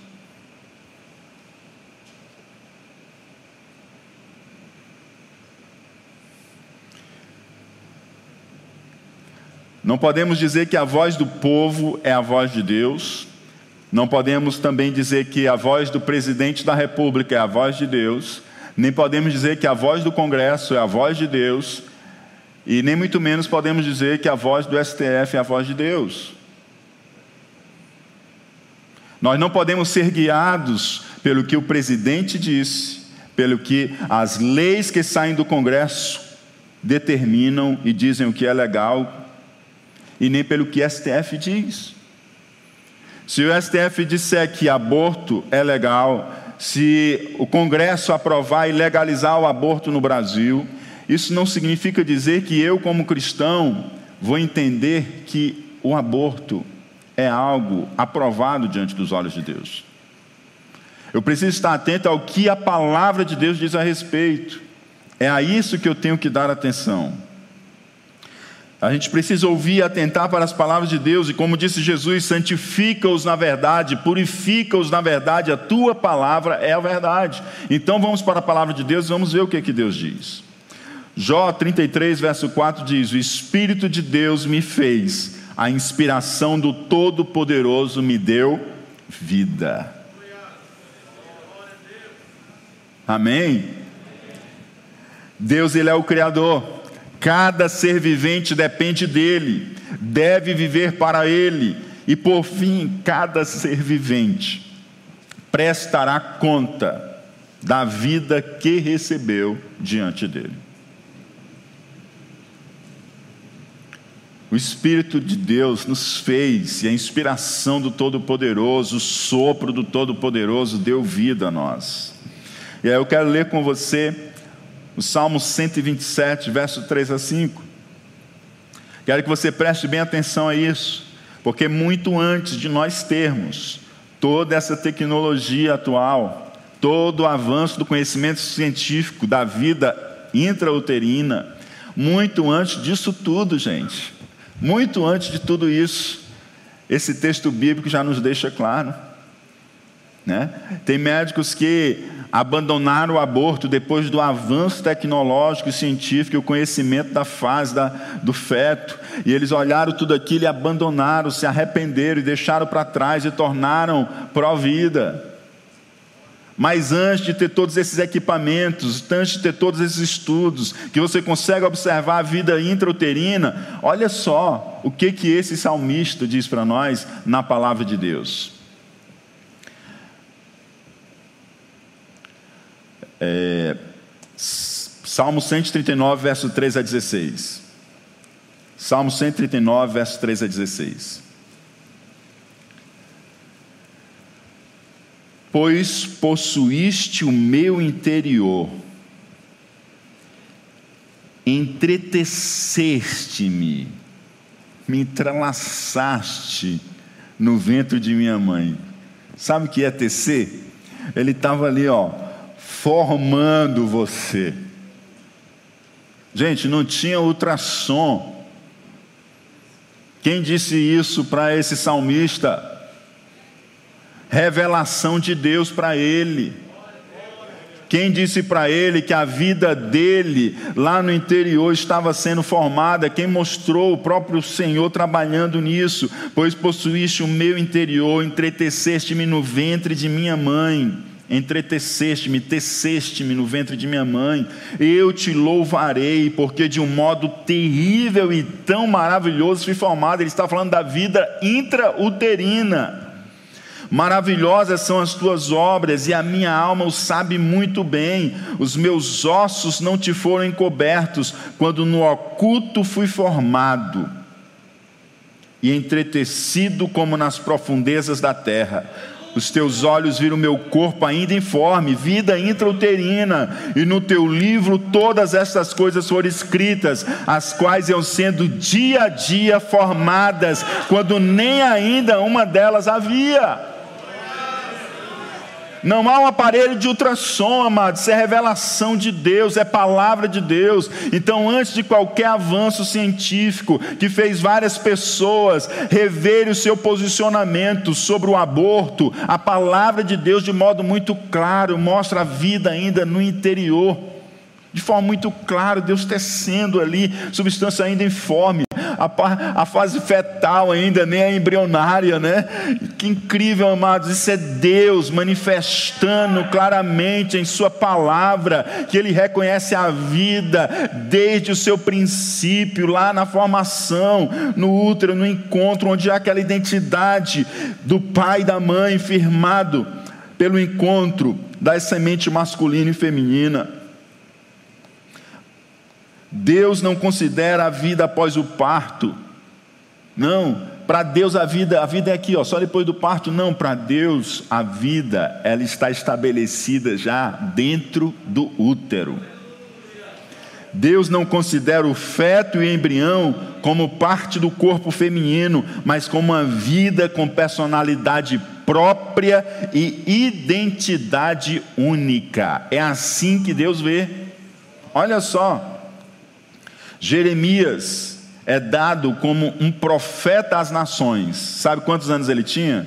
Não podemos dizer que a voz do povo é a voz de Deus. Não podemos também dizer que a voz do presidente da República é a voz de Deus. Nem podemos dizer que a voz do Congresso é a voz de Deus. E nem muito menos podemos dizer que a voz do S T F é a voz de Deus. Nós não podemos ser guiados pelo que o presidente disse, pelo que as leis que saem do Congresso determinam e dizem o que é legal, e nem pelo que o S T F diz. Se o S T F disser que aborto é legal, se o Congresso aprovar e legalizar o aborto no Brasil, isso não significa dizer que eu, como cristão, vou entender que o aborto é algo aprovado diante dos olhos de Deus. Eu preciso estar atento ao que a palavra de Deus diz a respeito. É a isso que eu tenho que dar atenção. A gente precisa ouvir e atentar para as palavras de Deus, e como disse Jesus, santifica-os na verdade, purifica-os na verdade, a tua palavra é a verdade. Então vamos para a palavra de Deus, vamos ver o que é que Deus diz. Jó trinta e três, verso quatro diz: o Espírito de Deus me fez, a inspiração do Todo-Poderoso me deu vida. Amém? Deus, Ele é o Criador. Cada ser vivente depende dEle, deve viver para Ele. E por fim, cada ser vivente prestará conta da vida que recebeu diante dEle. O Espírito de Deus nos fez, e a inspiração do Todo-Poderoso, o sopro do Todo-Poderoso deu vida a nós. E aí eu quero ler com você o Salmo cento e vinte e sete, verso três a cinco. Quero que você preste bem atenção a isso, porque muito antes de nós termos toda essa tecnologia atual, todo o avanço do conhecimento científico da vida intrauterina, muito antes disso tudo, gente, muito antes de tudo isso, esse texto bíblico já nos deixa claro, né? Tem médicos que abandonaram o aborto depois do avanço tecnológico e científico e o conhecimento da fase da, do feto, e eles olharam tudo aquilo e abandonaram, se arrependeram e deixaram para trás e tornaram pró-vida. Mas antes de ter todos esses equipamentos, antes de ter todos esses estudos, que você consegue observar a vida intrauterina, olha só o que, que esse salmista diz para nós na palavra de Deus. É, Salmo cento e trinta e nove, verso três a dezesseis. Salmo cento e trinta e nove, verso três a dezesseis. Pois possuíste o meu interior, entreteceste-me, me entrelaçaste no ventre de minha mãe. Sabe o que é tecer? Ele estava ali, ó, formando você. Gente, não tinha ultrassom. Quem disse isso para esse salmista? Revelação de Deus para ele. Quem disse para ele que a vida dele lá no interior estava sendo formada? Quem mostrou? O próprio Senhor trabalhando nisso. Pois possuíste o meu interior, entreteceste-me no ventre de minha mãe. Entreteceste-me, teceste-me no ventre de minha mãe. Eu te louvarei, porque de um modo terrível e tão maravilhoso fui formado. Ele está falando da vida intrauterina. Maravilhosas são as tuas obras, e a minha alma o sabe muito bem. Os meus ossos não te foram encobertos, quando no oculto fui formado e entretecido como nas profundezas da terra. Os teus olhos viram meu corpo ainda informe, vida intrauterina, e no teu livro todas estas coisas foram escritas, as quais iam sendo dia a dia formadas, quando nem ainda uma delas havia. Não há um aparelho de ultrassom, amados, isso é revelação de Deus, é palavra de Deus. Então, antes de qualquer avanço científico que fez várias pessoas reverem o seu posicionamento sobre o aborto, a palavra de Deus, de modo muito claro, mostra a vida ainda no interior, de forma muito clara, Deus tecendo ali, substância ainda informe, a, a fase fetal ainda, nem a embrionária, né? Que incrível, amados, isso é Deus manifestando claramente em sua palavra, que Ele reconhece a vida desde o seu princípio, lá na formação, no útero, no encontro, onde há aquela identidade do pai e da mãe, firmado pelo encontro da semente masculina e feminina. Deus não considera a vida após o parto. Não, para Deus a vida, a vida é aqui, ó, só depois do parto. Não, para Deus a vida, ela está estabelecida já dentro do útero. Deus não considera o feto e o embrião como parte do corpo feminino, mas como uma vida com personalidade própria e identidade única. É assim que Deus vê. Olha só, Jeremias é dado como um profeta às nações. Sabe quantos anos ele tinha?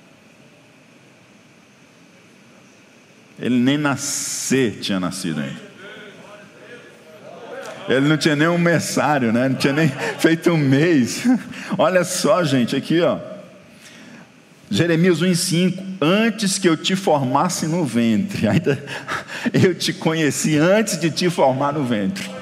Ele nem nascer tinha nascido ainda. Ele não tinha nem um mensário, né? Não tinha nem feito um mês. Olha só, gente, aqui, ó. Jeremias um e cinco. Antes que eu te formasse no ventre, ainda eu te conheci antes de te formar no ventre.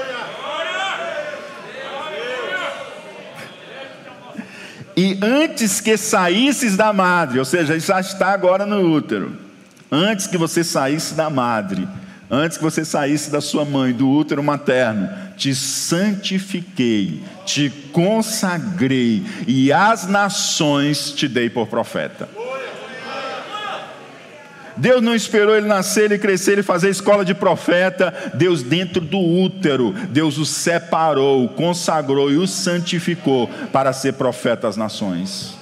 E antes que saísses da madre, ou seja, ele já está agora no útero. Antes que você saísse da madre, antes que você saísse da sua mãe, do útero materno, te santifiquei, te consagrei, e às nações te dei por profeta. Deus não esperou ele nascer, ele crescer, ele fazer escola de profeta. Deus, dentro do útero, Deus o separou, o consagrou e o santificou para ser profeta às nações.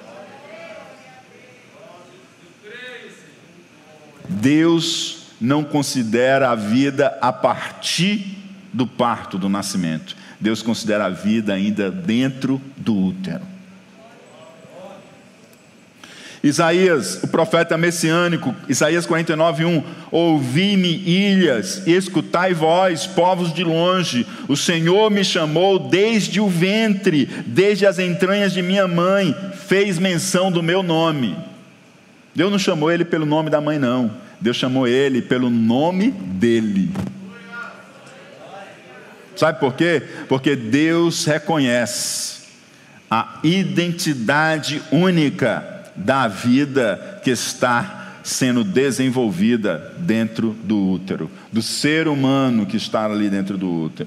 Deus não considera a vida a partir do parto, do nascimento. Deus considera a vida ainda dentro do útero. Isaías, o profeta messiânico, Isaías quarenta e nove, um: ouvi-me, ilhas, e escutai vós, povos de longe, o Senhor me chamou desde o ventre, desde as entranhas de minha mãe, fez menção do meu nome. Deus não chamou ele pelo nome da mãe, não. Deus chamou ele pelo nome dele. Sabe por quê? Porque Deus reconhece a identidade única da vida que está sendo desenvolvida dentro do útero, do ser humano que está ali dentro do útero.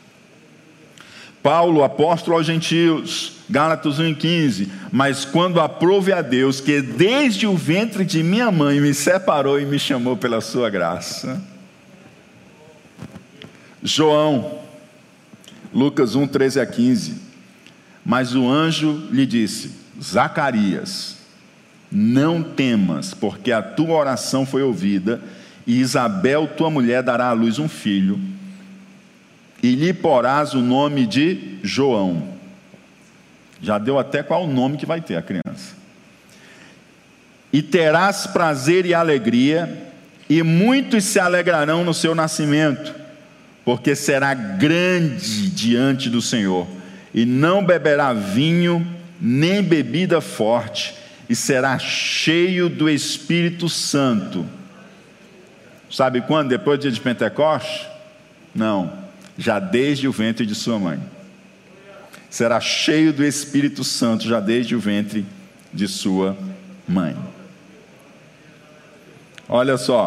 Paulo, apóstolo aos gentios, Gálatas um e quinze: mas quando aprove a Deus, que desde o ventre de minha mãe me separou e me chamou pela sua graça. João, Lucas um, treze a quinze: mas o anjo lhe disse: Zacarias, não temas, porque a tua oração foi ouvida, e Isabel, tua mulher, dará à luz um filho, e lhe porás o nome de João. Já deu até qual o nome que vai ter a criança. E terás prazer e alegria, e muitos se alegrarão no seu nascimento, porque será grande diante do Senhor, e não beberá vinho, nem bebida forte, e será cheio do Espírito Santo. Sabe quando? Depois do dia de Pentecostes? Não, já desde o ventre de sua mãe. Será cheio do Espírito Santo já desde o ventre de sua mãe. Olha só,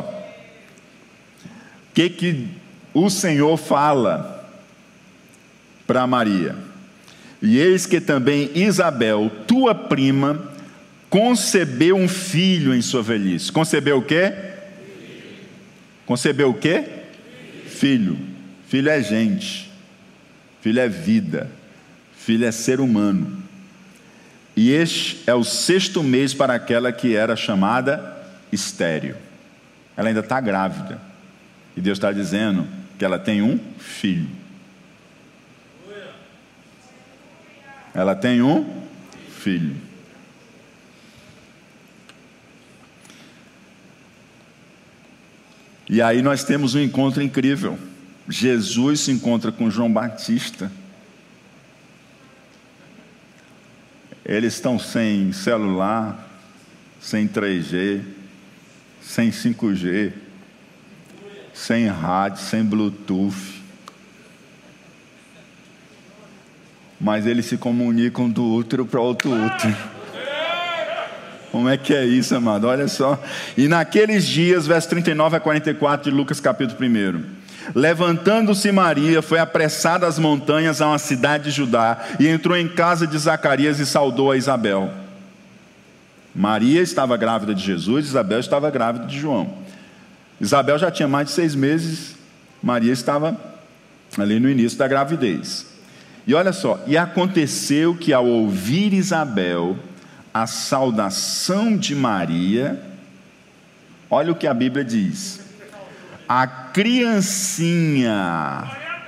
o que que o Senhor fala para Maria? E eis que também Isabel, tua prima, concebeu um filho em sua velhice. Concebeu o quê? Concebeu o quê? Filho. Filho é gente. Filho é vida. Filho é ser humano. E este é o sexto mês para aquela que era chamada estéril. Ela ainda está grávida. E Deus está dizendo que ela tem um filho. Ela tem um filho. E aí nós temos um encontro incrível. Jesus se encontra com João Batista. Eles estão sem celular, sem três G, sem cinco G, sem rádio, sem Bluetooth. Mas eles se comunicam do útero para outro útero. Como é que é isso, amado? Olha só. E naqueles dias, verso trinta e nove a quarenta e quatro de Lucas capítulo um. Levantando-se Maria, foi apressada às montanhas a uma cidade de Judá, e entrou em casa de Zacarias e saudou a Isabel. Maria estava grávida de Jesus, Isabel estava grávida de João. Isabel já tinha mais de seis meses, Maria estava ali no início da gravidez. E olha só, e aconteceu que ao ouvir Isabel a saudação de Maria, olha o que a Bíblia diz: a criancinha,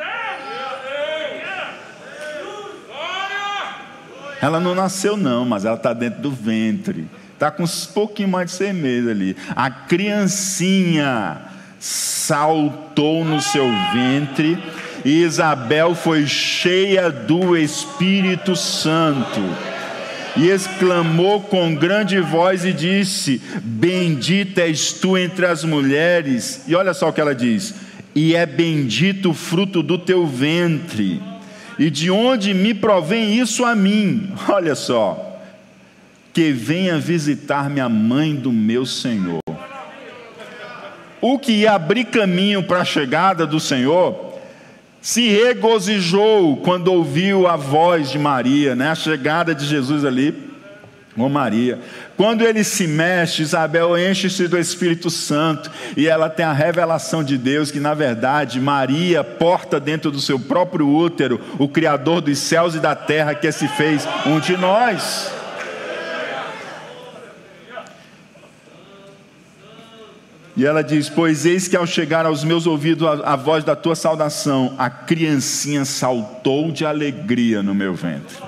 ela não nasceu não, mas ela está dentro do ventre, está com uns pouquinho mais de seis meses ali. A criancinha saltou no seu ventre, e Isabel foi cheia do Espírito Santo, e exclamou com grande voz e disse: bendita és tu entre as mulheres. E olha só o que ela diz: e é bendito o fruto do teu ventre. E de onde me provém isso a mim? Olha só, que venha visitar-me a mãe do meu Senhor. O que ia abrir caminho para a chegada do Senhor se regozijou quando ouviu a voz de Maria, né? A chegada de Jesus ali com Maria. Quando ele se mexe, Isabel enche-se do Espírito Santo, e ela tem a revelação de Deus que na verdade Maria porta dentro do seu próprio útero o Criador dos céus e da terra, que se fez um de nós. E ela diz: pois eis que ao chegar aos meus ouvidos a, a voz da tua saudação, a criancinha saltou de alegria no meu ventre.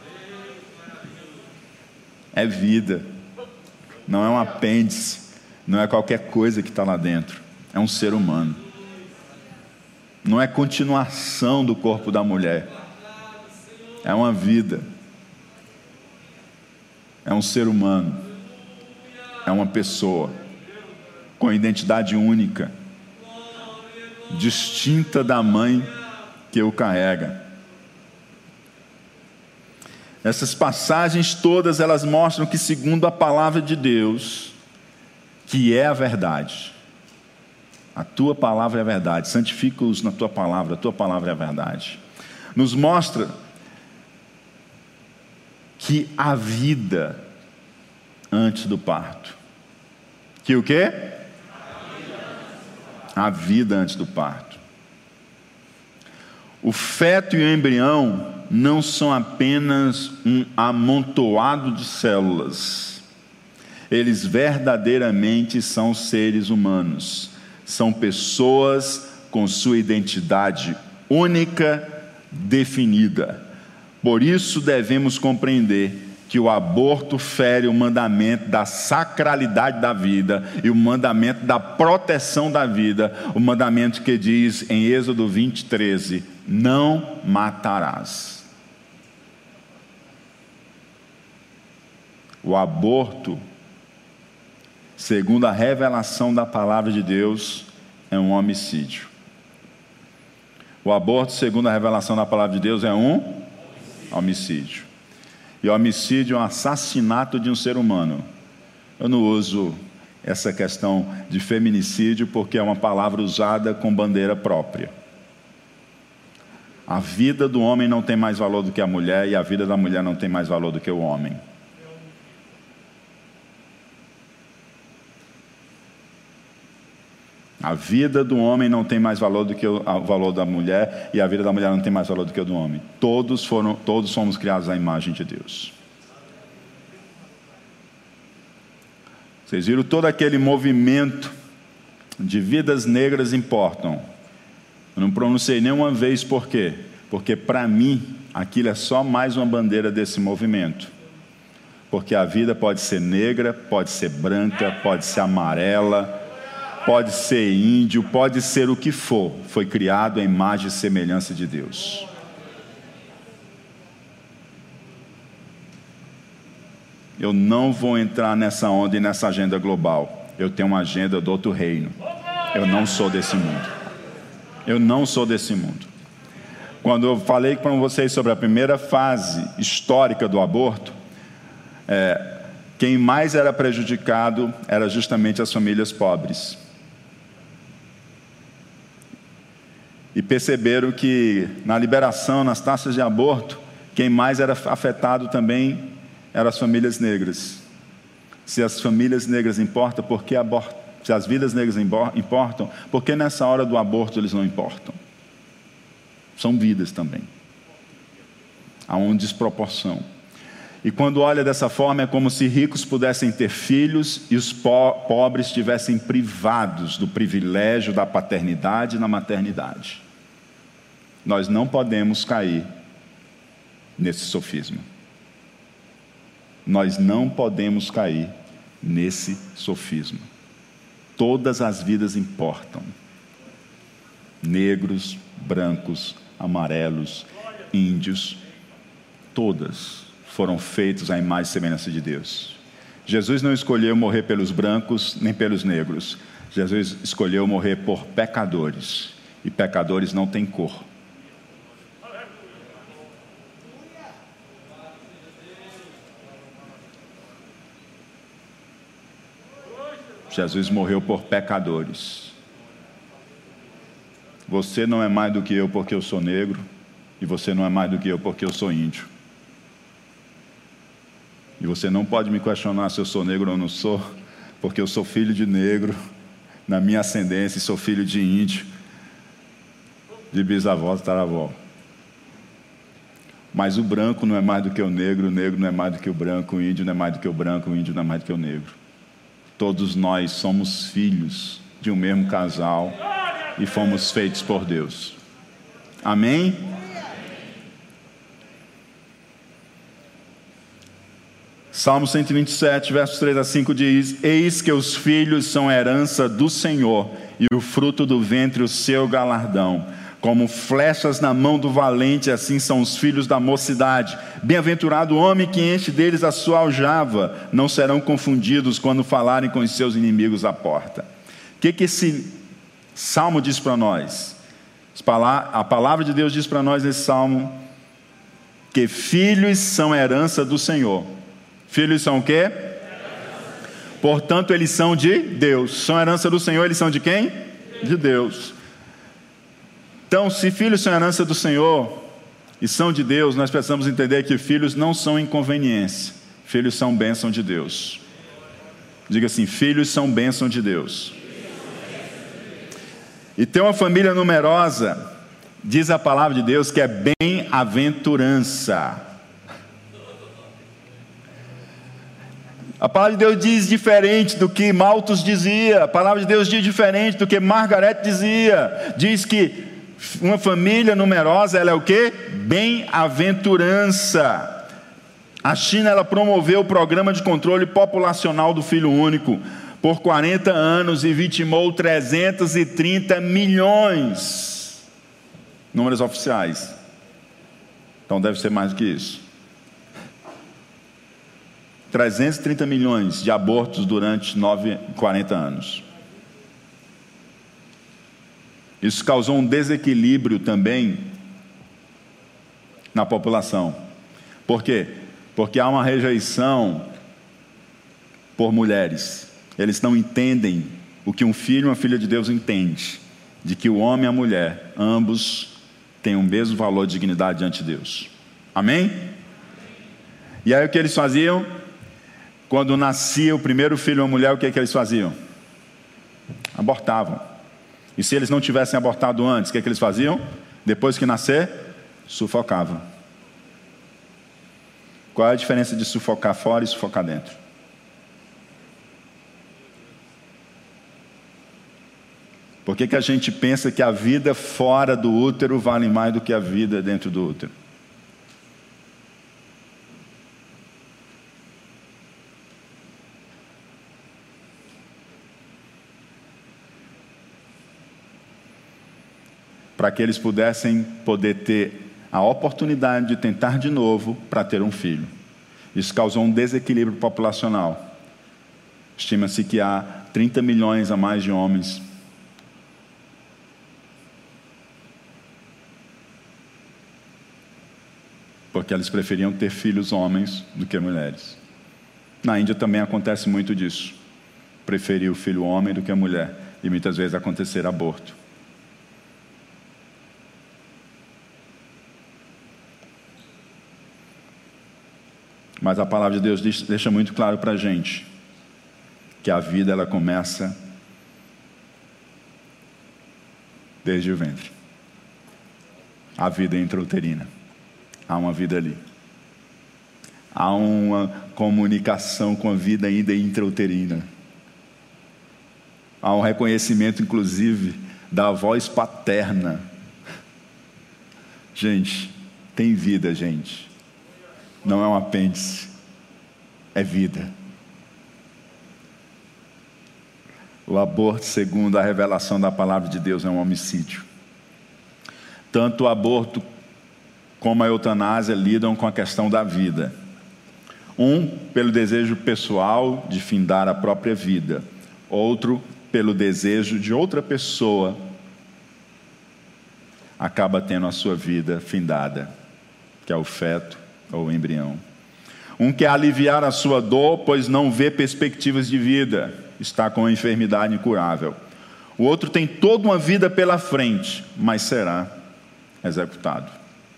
É vida, não é um apêndice, não é qualquer coisa que está lá dentro, é um ser humano. Não é continuação do corpo da mulher, é uma vida, é um ser humano, é uma pessoa com identidade única, distinta da mãe que o carrega. Essas passagens todas, elas mostram que, segundo a palavra de Deus, que é a verdade, a tua palavra é a verdade, santifica-os na tua palavra, a tua palavra é a verdade, nos mostra que a vida antes do parto, que o quê? A vida antes do parto. O feto e o embrião não são apenas um amontoado de células. Eles verdadeiramente são seres humanos. São pessoas com sua identidade única, definida. Por isso devemos compreender que o aborto fere o mandamento da sacralidade da vida e o mandamento da proteção da vida, o mandamento que diz em Êxodo vinte, treze, não matarás. O aborto, segundo a revelação da palavra de Deus, é um homicídio. O aborto, segundo a revelação da palavra de Deus, é um homicídio. E o homicídio é um assassinato de um ser humano, Eu não uso essa questão de feminicídio porque é uma palavra usada com bandeira própria. A vida do homem não tem mais valor do que a mulher e a vida da mulher não tem mais valor do que o homem. A vida do homem não tem mais valor do que o valor da mulher e a vida da mulher não tem mais valor do que o do homem. Todos foram, todos somos criados à imagem de Deus. Vocês viram todo aquele movimento de vidas negras importam. Eu não pronunciei nenhuma vez por quê? Porque para mim aquilo é só mais uma bandeira desse movimento. Porque a vida pode ser negra, pode ser branca, pode ser amarela, pode ser índio, pode ser o que for. Foi criado à imagem e semelhança de Deus. Eu não vou entrar nessa onda e nessa agenda global. Eu tenho uma agenda do outro reino. Eu não sou desse mundo. Eu não sou desse mundo. Quando eu falei para vocês sobre a primeira fase histórica do aborto, é, quem mais era prejudicado era justamente as famílias pobres. E perceberam que na liberação, nas taxas de aborto, quem mais era afetado também eram as famílias negras. Se as famílias negras importam, por que aborto? Se as vidas negras importam, por que nessa hora do aborto eles não importam? São vidas também. Há uma desproporção. E quando olha dessa forma, é como se ricos pudessem ter filhos e os po- pobres estivessem privados do privilégio da paternidade e da maternidade. Nós não podemos cair nesse sofisma. Nós não podemos cair nesse sofisma. Todas as vidas importam. Negros, brancos, amarelos, índios, todas foram feitos à imagem e semelhança de Deus. Jesus não escolheu morrer pelos brancos nem pelos negros. Jesus escolheu morrer por pecadores. E pecadores não têm cor. Jesus morreu por pecadores. Você não é mais do que eu porque eu sou negro, e você não é mais do que eu porque eu sou índio. E você não pode me questionar se eu sou negro ou não sou, porque eu sou filho de negro, na minha ascendência, e sou filho de índio, de bisavó, de taravó. Mas o branco não é mais do que o negro, o negro não é mais do que o branco, o índio não é mais do que o branco, o índio não é mais do que o negro. Todos nós somos filhos de um mesmo casal e fomos feitos por Deus. Amém? Salmo cento e vinte e sete, versos três a cinco diz: Eis que os filhos são herança do Senhor, e o fruto do ventre o seu galardão. Como flechas na mão do valente, assim são os filhos da mocidade. Bem-aventurado o homem que enche deles a sua aljava, não serão confundidos quando falarem com os seus inimigos à porta. O que, que esse salmo diz para nós? A palavra de Deus diz para nós nesse salmo que filhos são herança do Senhor. Filhos são o quê? Portanto, eles são de Deus. São herança do Senhor, eles são de quem? De Deus. Então, se filhos são herança do Senhor e são de Deus, nós precisamos entender que filhos não são inconveniência. Filhos são bênção de Deus. Diga assim: filhos são bênção de Deus. E ter uma família numerosa, diz a palavra de Deus, que é bem-aventurança. A palavra de Deus diz diferente do que Malthus dizia. A palavra de Deus diz diferente do que Margaret dizia. Diz que uma família numerosa, ela é o quê? Bem-aventurança. A China, ela promoveu o programa de controle populacional do filho único por quarenta anos e vitimou trezentos e trinta milhões. Números oficiais. Então deve ser mais do que isso. trezentos e trinta milhões de abortos durante nove, quarenta anos. Isso causou um desequilíbrio também na população. Por quê? Porque há uma rejeição por mulheres. Eles não entendem o que um filho e uma filha de Deus entende, de que o homem e a mulher, ambos, têm o mesmo valor e dignidade diante de Deus. Amém? E aí o que eles faziam? Quando nascia o primeiro filho e uma mulher, o que, é que eles faziam? Abortavam. E se eles não tivessem abortado antes, o que, é que eles faziam? Depois que nascer, sufocavam. Qual é a diferença de sufocar fora e sufocar dentro? Por que que a gente pensa que a vida fora do útero vale mais do que a vida dentro do útero? Para que eles pudessem poder ter a oportunidade de tentar de novo para ter um filho. Isso causou um desequilíbrio populacional. Estima-se que há trinta milhões a mais de homens. Porque eles preferiam ter filhos homens do que mulheres. Na Índia também acontece muito disso. Preferir o filho homem do que a mulher. E muitas vezes acontecer aborto. Mas a palavra de Deus deixa muito claro para a gente que a vida ela começa desde o ventre. A vida intrauterina. Há uma vida ali. Há uma comunicação com a vida ainda intrauterina. Há um reconhecimento, inclusive, da voz paterna. Gente, tem vida, gente. Não é um apêndice, é vida. O aborto, segundo a revelação da palavra de Deus, é um homicídio. Tanto o aborto como a eutanásia lidam com a questão da vida. Um, pelo desejo pessoal de findar a própria vida. Outro, pelo desejo de outra pessoa, acaba tendo a sua vida findada, que é o feto ou o embrião. Um quer aliviar a sua dor, pois não vê perspectivas de vida, está com uma enfermidade incurável. O outro tem toda uma vida pela frente, mas será executado.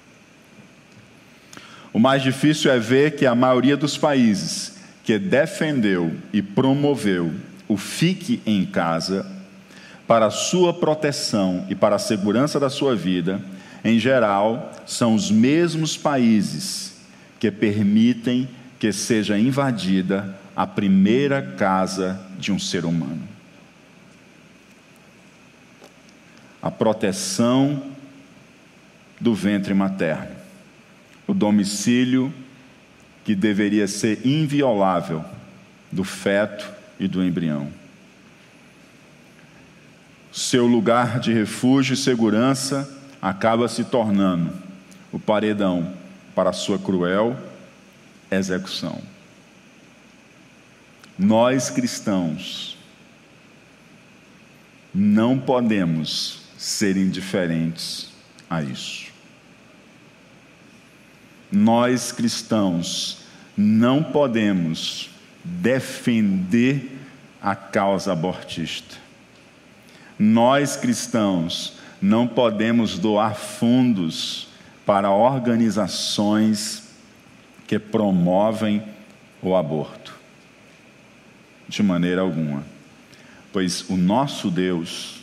O mais difícil é ver que a maioria dos países que defendeu e promoveu o fique em casa para a sua proteção e para a segurança da sua vida, em geral, são os mesmos países que permitem que seja invadida a primeira casa de um ser humano. A proteção do ventre materno. O domicílio que deveria ser inviolável do feto e do embrião. Seu lugar de refúgio e segurança acaba se tornando o paredão para a sua cruel execução. Nós cristãos não podemos ser indiferentes a isso. Nós cristãos não podemos defender a causa abortista. Nós cristãos não podemos doar fundos para organizações que promovem o aborto, de maneira alguma, pois o nosso Deus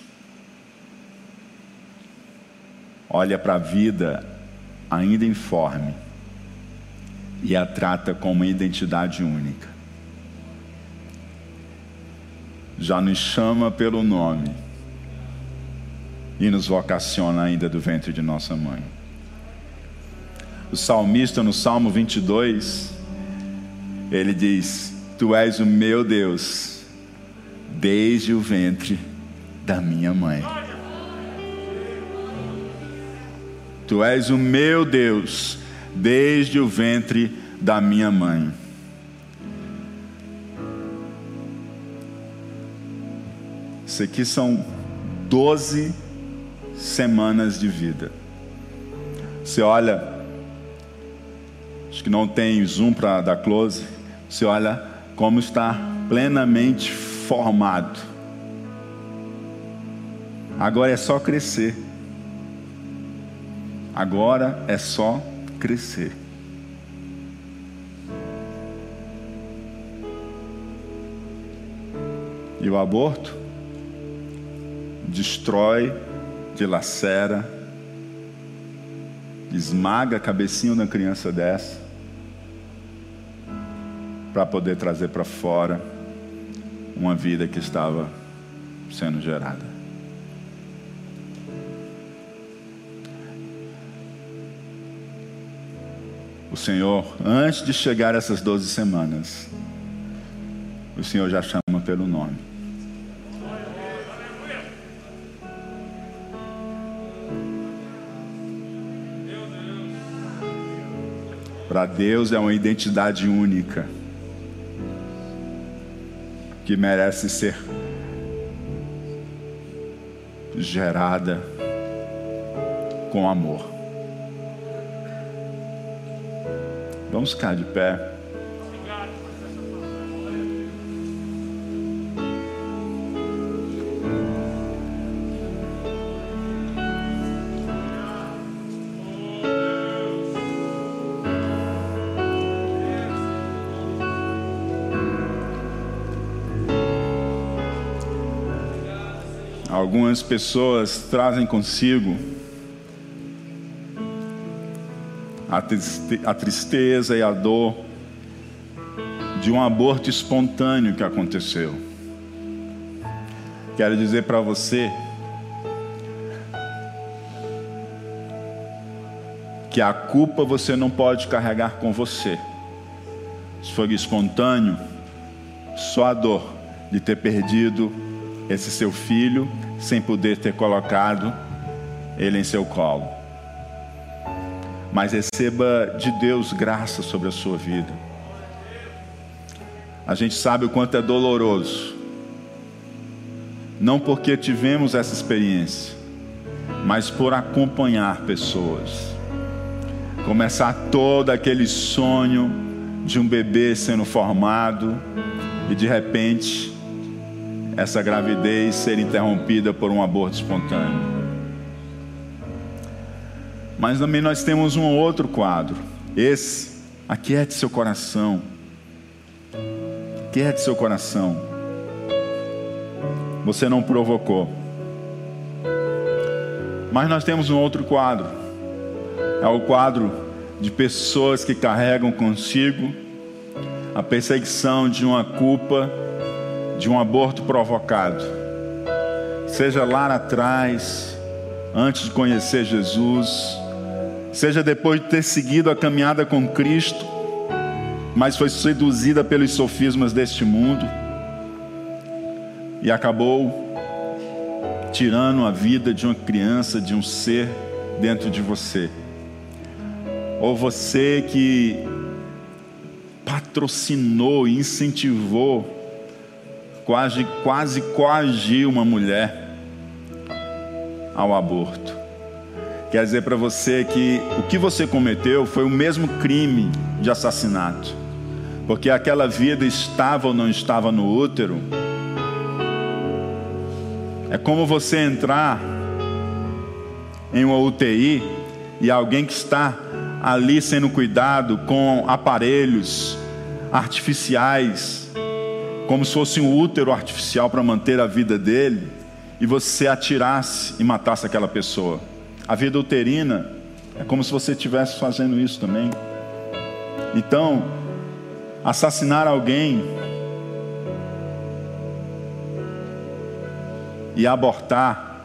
olha para a vida ainda informe e a trata como uma identidade única. Já nos chama pelo nome e nos vocaciona ainda do ventre de nossa mãe. O salmista, no Salmo vinte e dois, ele diz: Tu és o meu Deus, desde o ventre da minha mãe. Tu és o meu Deus, desde o ventre da minha mãe. Isso aqui são doze semanas de vida. Você olha, acho que não tem zoom para dar close. Você olha como está plenamente formado. Agora é só crescer. Agora é só crescer. E o aborto destrói, dilacera, esmaga a cabecinha da criança dessa, para poder trazer para fora uma vida que estava sendo gerada. O Senhor, antes de chegar essas doze semanas, o Senhor já chama pelo nome. Para Deus é uma identidade única, que merece ser gerada com amor. Vamos ficar de pé. Algumas pessoas trazem consigo a, triste, a tristeza e a dor de um aborto espontâneo que aconteceu. Quero dizer para você que a culpa você não pode carregar com você. Se foi espontâneo, só a dor de ter perdido esse seu filho sem poder ter colocado ele em seu colo. Mas receba de Deus graça sobre a sua vida. A gente sabe o quanto é doloroso, não porque tivemos essa experiência, mas por acompanhar pessoas, começar todo aquele sonho de um bebê sendo formado e de repente essa gravidez ser interrompida por um aborto espontâneo. Mas também nós temos um outro quadro. Esse, aquiete seu coração. Aquiete seu coração. Você não provocou. Mas nós temos um outro quadro. É o quadro de pessoas que carregam consigo a perseguição de uma culpa, de um aborto provocado, seja lá atrás, antes de conhecer Jesus, seja depois de ter seguido a caminhada com Cristo, mas foi seduzida pelos sofismas deste mundo e acabou tirando a vida de uma criança, de um ser dentro de você. Ou você que patrocinou e incentivou, Quase, quase coagiu uma mulher ao aborto. Quer dizer para você que o que você cometeu foi o mesmo crime de assassinato, porque aquela vida estava ou não estava no útero. É como você entrar em uma U T I e alguém que está ali sendo cuidado com aparelhos artificiais, como se fosse um útero artificial para manter a vida dele, e você atirasse e matasse aquela pessoa. A vida uterina é como se você estivesse fazendo isso também. Então, assassinar alguém e abortar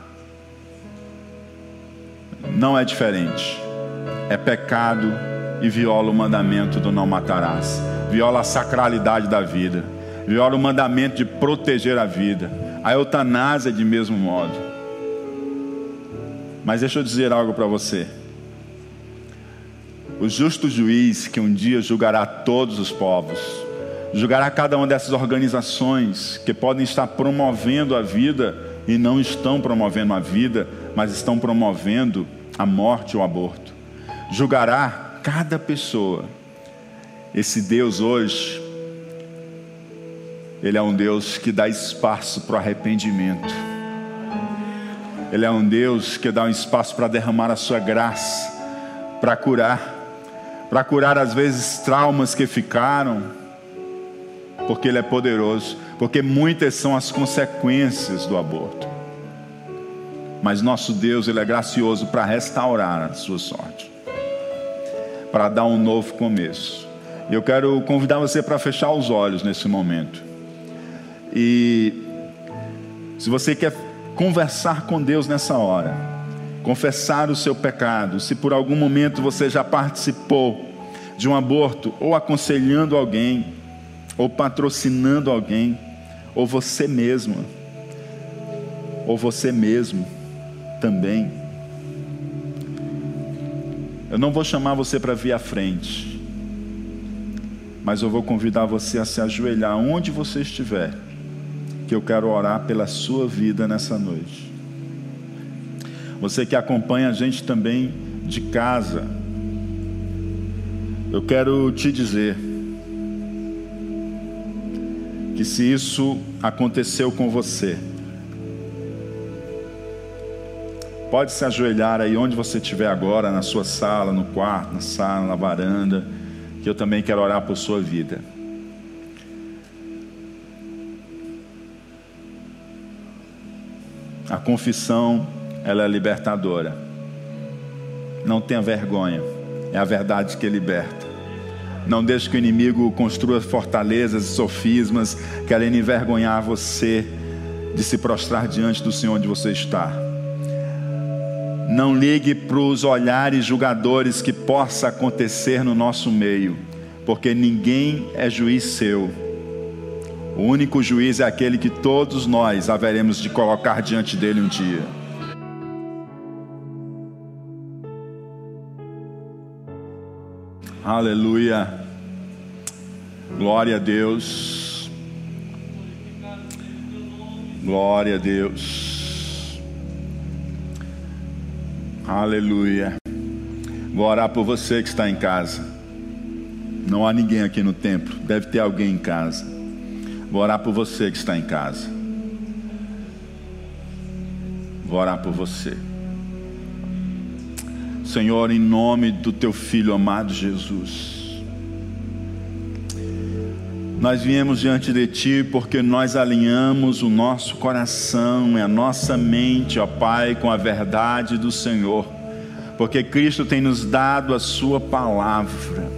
não é diferente. É pecado e viola o mandamento do não matarás. Viola a sacralidade da vida. Viola o mandamento de proteger a vida. A eutanásia é de mesmo modo. Mas deixa eu dizer algo para você. O justo juiz que um dia julgará todos os povos, julgará cada uma dessas organizações que podem estar promovendo a vida e não estão promovendo a vida, mas estão promovendo a morte ou o aborto. Julgará cada pessoa. Esse Deus hoje, Ele é um Deus que dá espaço para o arrependimento. Ele é um Deus que dá um espaço para derramar a sua graça, para curar, para curar às vezes traumas que ficaram, porque Ele é poderoso, porque muitas são as consequências do aborto. Mas nosso Deus, Ele é gracioso para restaurar a sua sorte, para dar um novo começo. E eu quero convidar você para fechar os olhos nesse momento. E se você quer conversar com Deus nessa hora, confessar o seu pecado, se por algum momento você já participou de um aborto, ou aconselhando alguém, ou patrocinando alguém, ou você mesma, ou você mesmo também, eu não vou chamar você para vir à frente, mas eu vou convidar você a se ajoelhar onde você estiver, que eu quero orar pela sua vida nessa noite. Você que acompanha a gente também de casa, eu quero te dizer que se isso aconteceu com você, pode se ajoelhar aí onde você estiver agora, na sua sala, no quarto, na sala, na varanda, que eu também quero orar por sua vida. A confissão, ela é libertadora. Não tenha vergonha, é a verdade que liberta. Não deixe que o inimigo construa fortalezas e sofismas, querendo envergonhar você de se prostrar diante do Senhor onde você está. Não ligue para os olhares julgadores que possa acontecer no nosso meio, porque ninguém é juiz seu. O único juiz é aquele que todos nós haveremos de colocar diante dele um dia. Aleluia. Glória a Deus. Glória a Deus. Aleluia. Vou orar por você que está em casa. Não há ninguém aqui no templo, deve ter alguém em casa. Vou orar por você que está em casa. Vou orar por você. Senhor, em nome do Teu Filho amado Jesus, nós viemos diante de Ti porque nós alinhamos o nosso coração e a nossa mente, ó Pai, com a verdade do Senhor, porque Cristo tem nos dado a Sua palavra.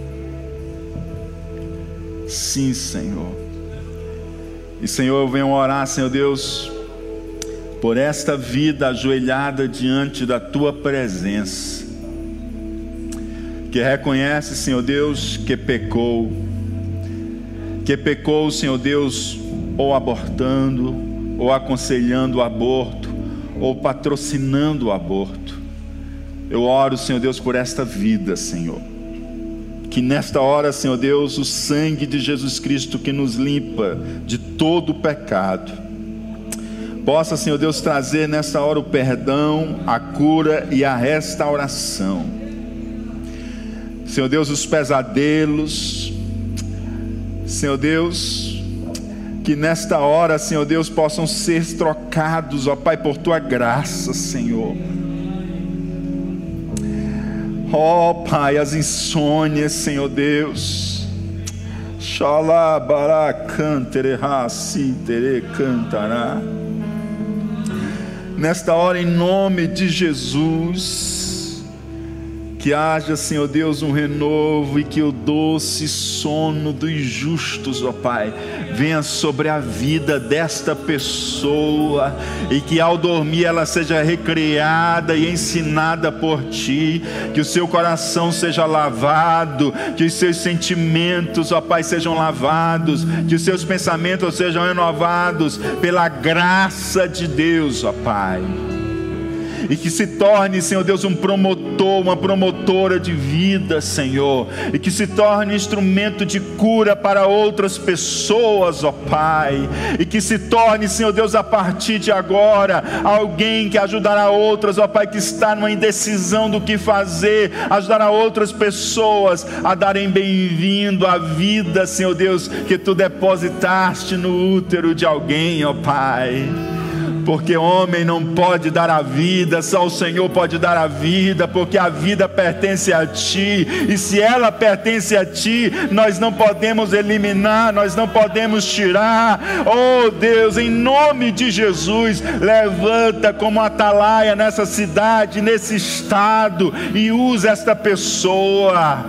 Sim, Senhor. E Senhor, eu venho orar, Senhor Deus, por esta vida ajoelhada diante da Tua presença, que reconhece, Senhor Deus, que pecou, que pecou, Senhor Deus, ou abortando, ou aconselhando o aborto, ou patrocinando o aborto. Eu oro, Senhor Deus, por esta vida, Senhor, que nesta hora, Senhor Deus, o sangue de Jesus Cristo que nos limpa de todo o pecado, possa, Senhor Deus, trazer nesta hora o perdão, a cura e a restauração. Senhor Deus, os pesadelos, Senhor Deus, que nesta hora, Senhor Deus, possam ser trocados, ó Pai, por Tua graça, Senhor. Ó Pai, as insônias, Senhor Deus, Xalabara cantere raci tere cantará. Nesta hora, em nome de Jesus, que haja, Senhor Deus, um renovo, e que o doce sono dos justos, ó Pai, venha sobre a vida desta pessoa, e que ao dormir ela seja recriada e ensinada por Ti, que o seu coração seja lavado, que os seus sentimentos, ó Pai, sejam lavados, que os seus pensamentos sejam renovados pela graça de Deus, ó Pai. e que se torne, Senhor Deus, um promotor, uma promotora de vida, Senhor, e que se torne instrumento de cura para outras pessoas, ó Pai, e que se torne, Senhor Deus, a partir de agora, alguém que ajudará outras, ó Pai, que está numa indecisão do que fazer, ajudará outras pessoas a darem bem-vindo à vida, Senhor Deus, que Tu depositaste no útero de alguém, ó Pai. Porque homem não pode dar a vida, só o Senhor pode dar a vida, porque a vida pertence a Ti, e se ela pertence a Ti, nós não podemos eliminar, nós não podemos tirar. Oh Deus, em nome de Jesus, levanta como atalaia nessa cidade, nesse estado, e usa esta pessoa.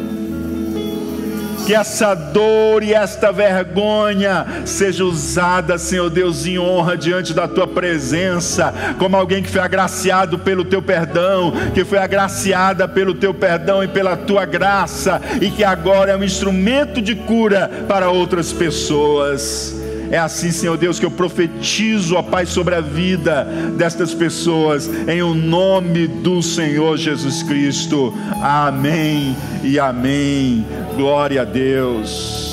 Que essa dor e esta vergonha seja usada, Senhor Deus, em honra diante da Tua presença, como alguém que foi agraciado pelo Teu perdão, que foi agraciada pelo Teu perdão e pela Tua graça, e que agora é um instrumento de cura para outras pessoas. É assim, Senhor Deus, que eu profetizo, ó Pai, sobre a vida destas pessoas, em o nome do Senhor Jesus Cristo. Amém e amém. Glória a Deus.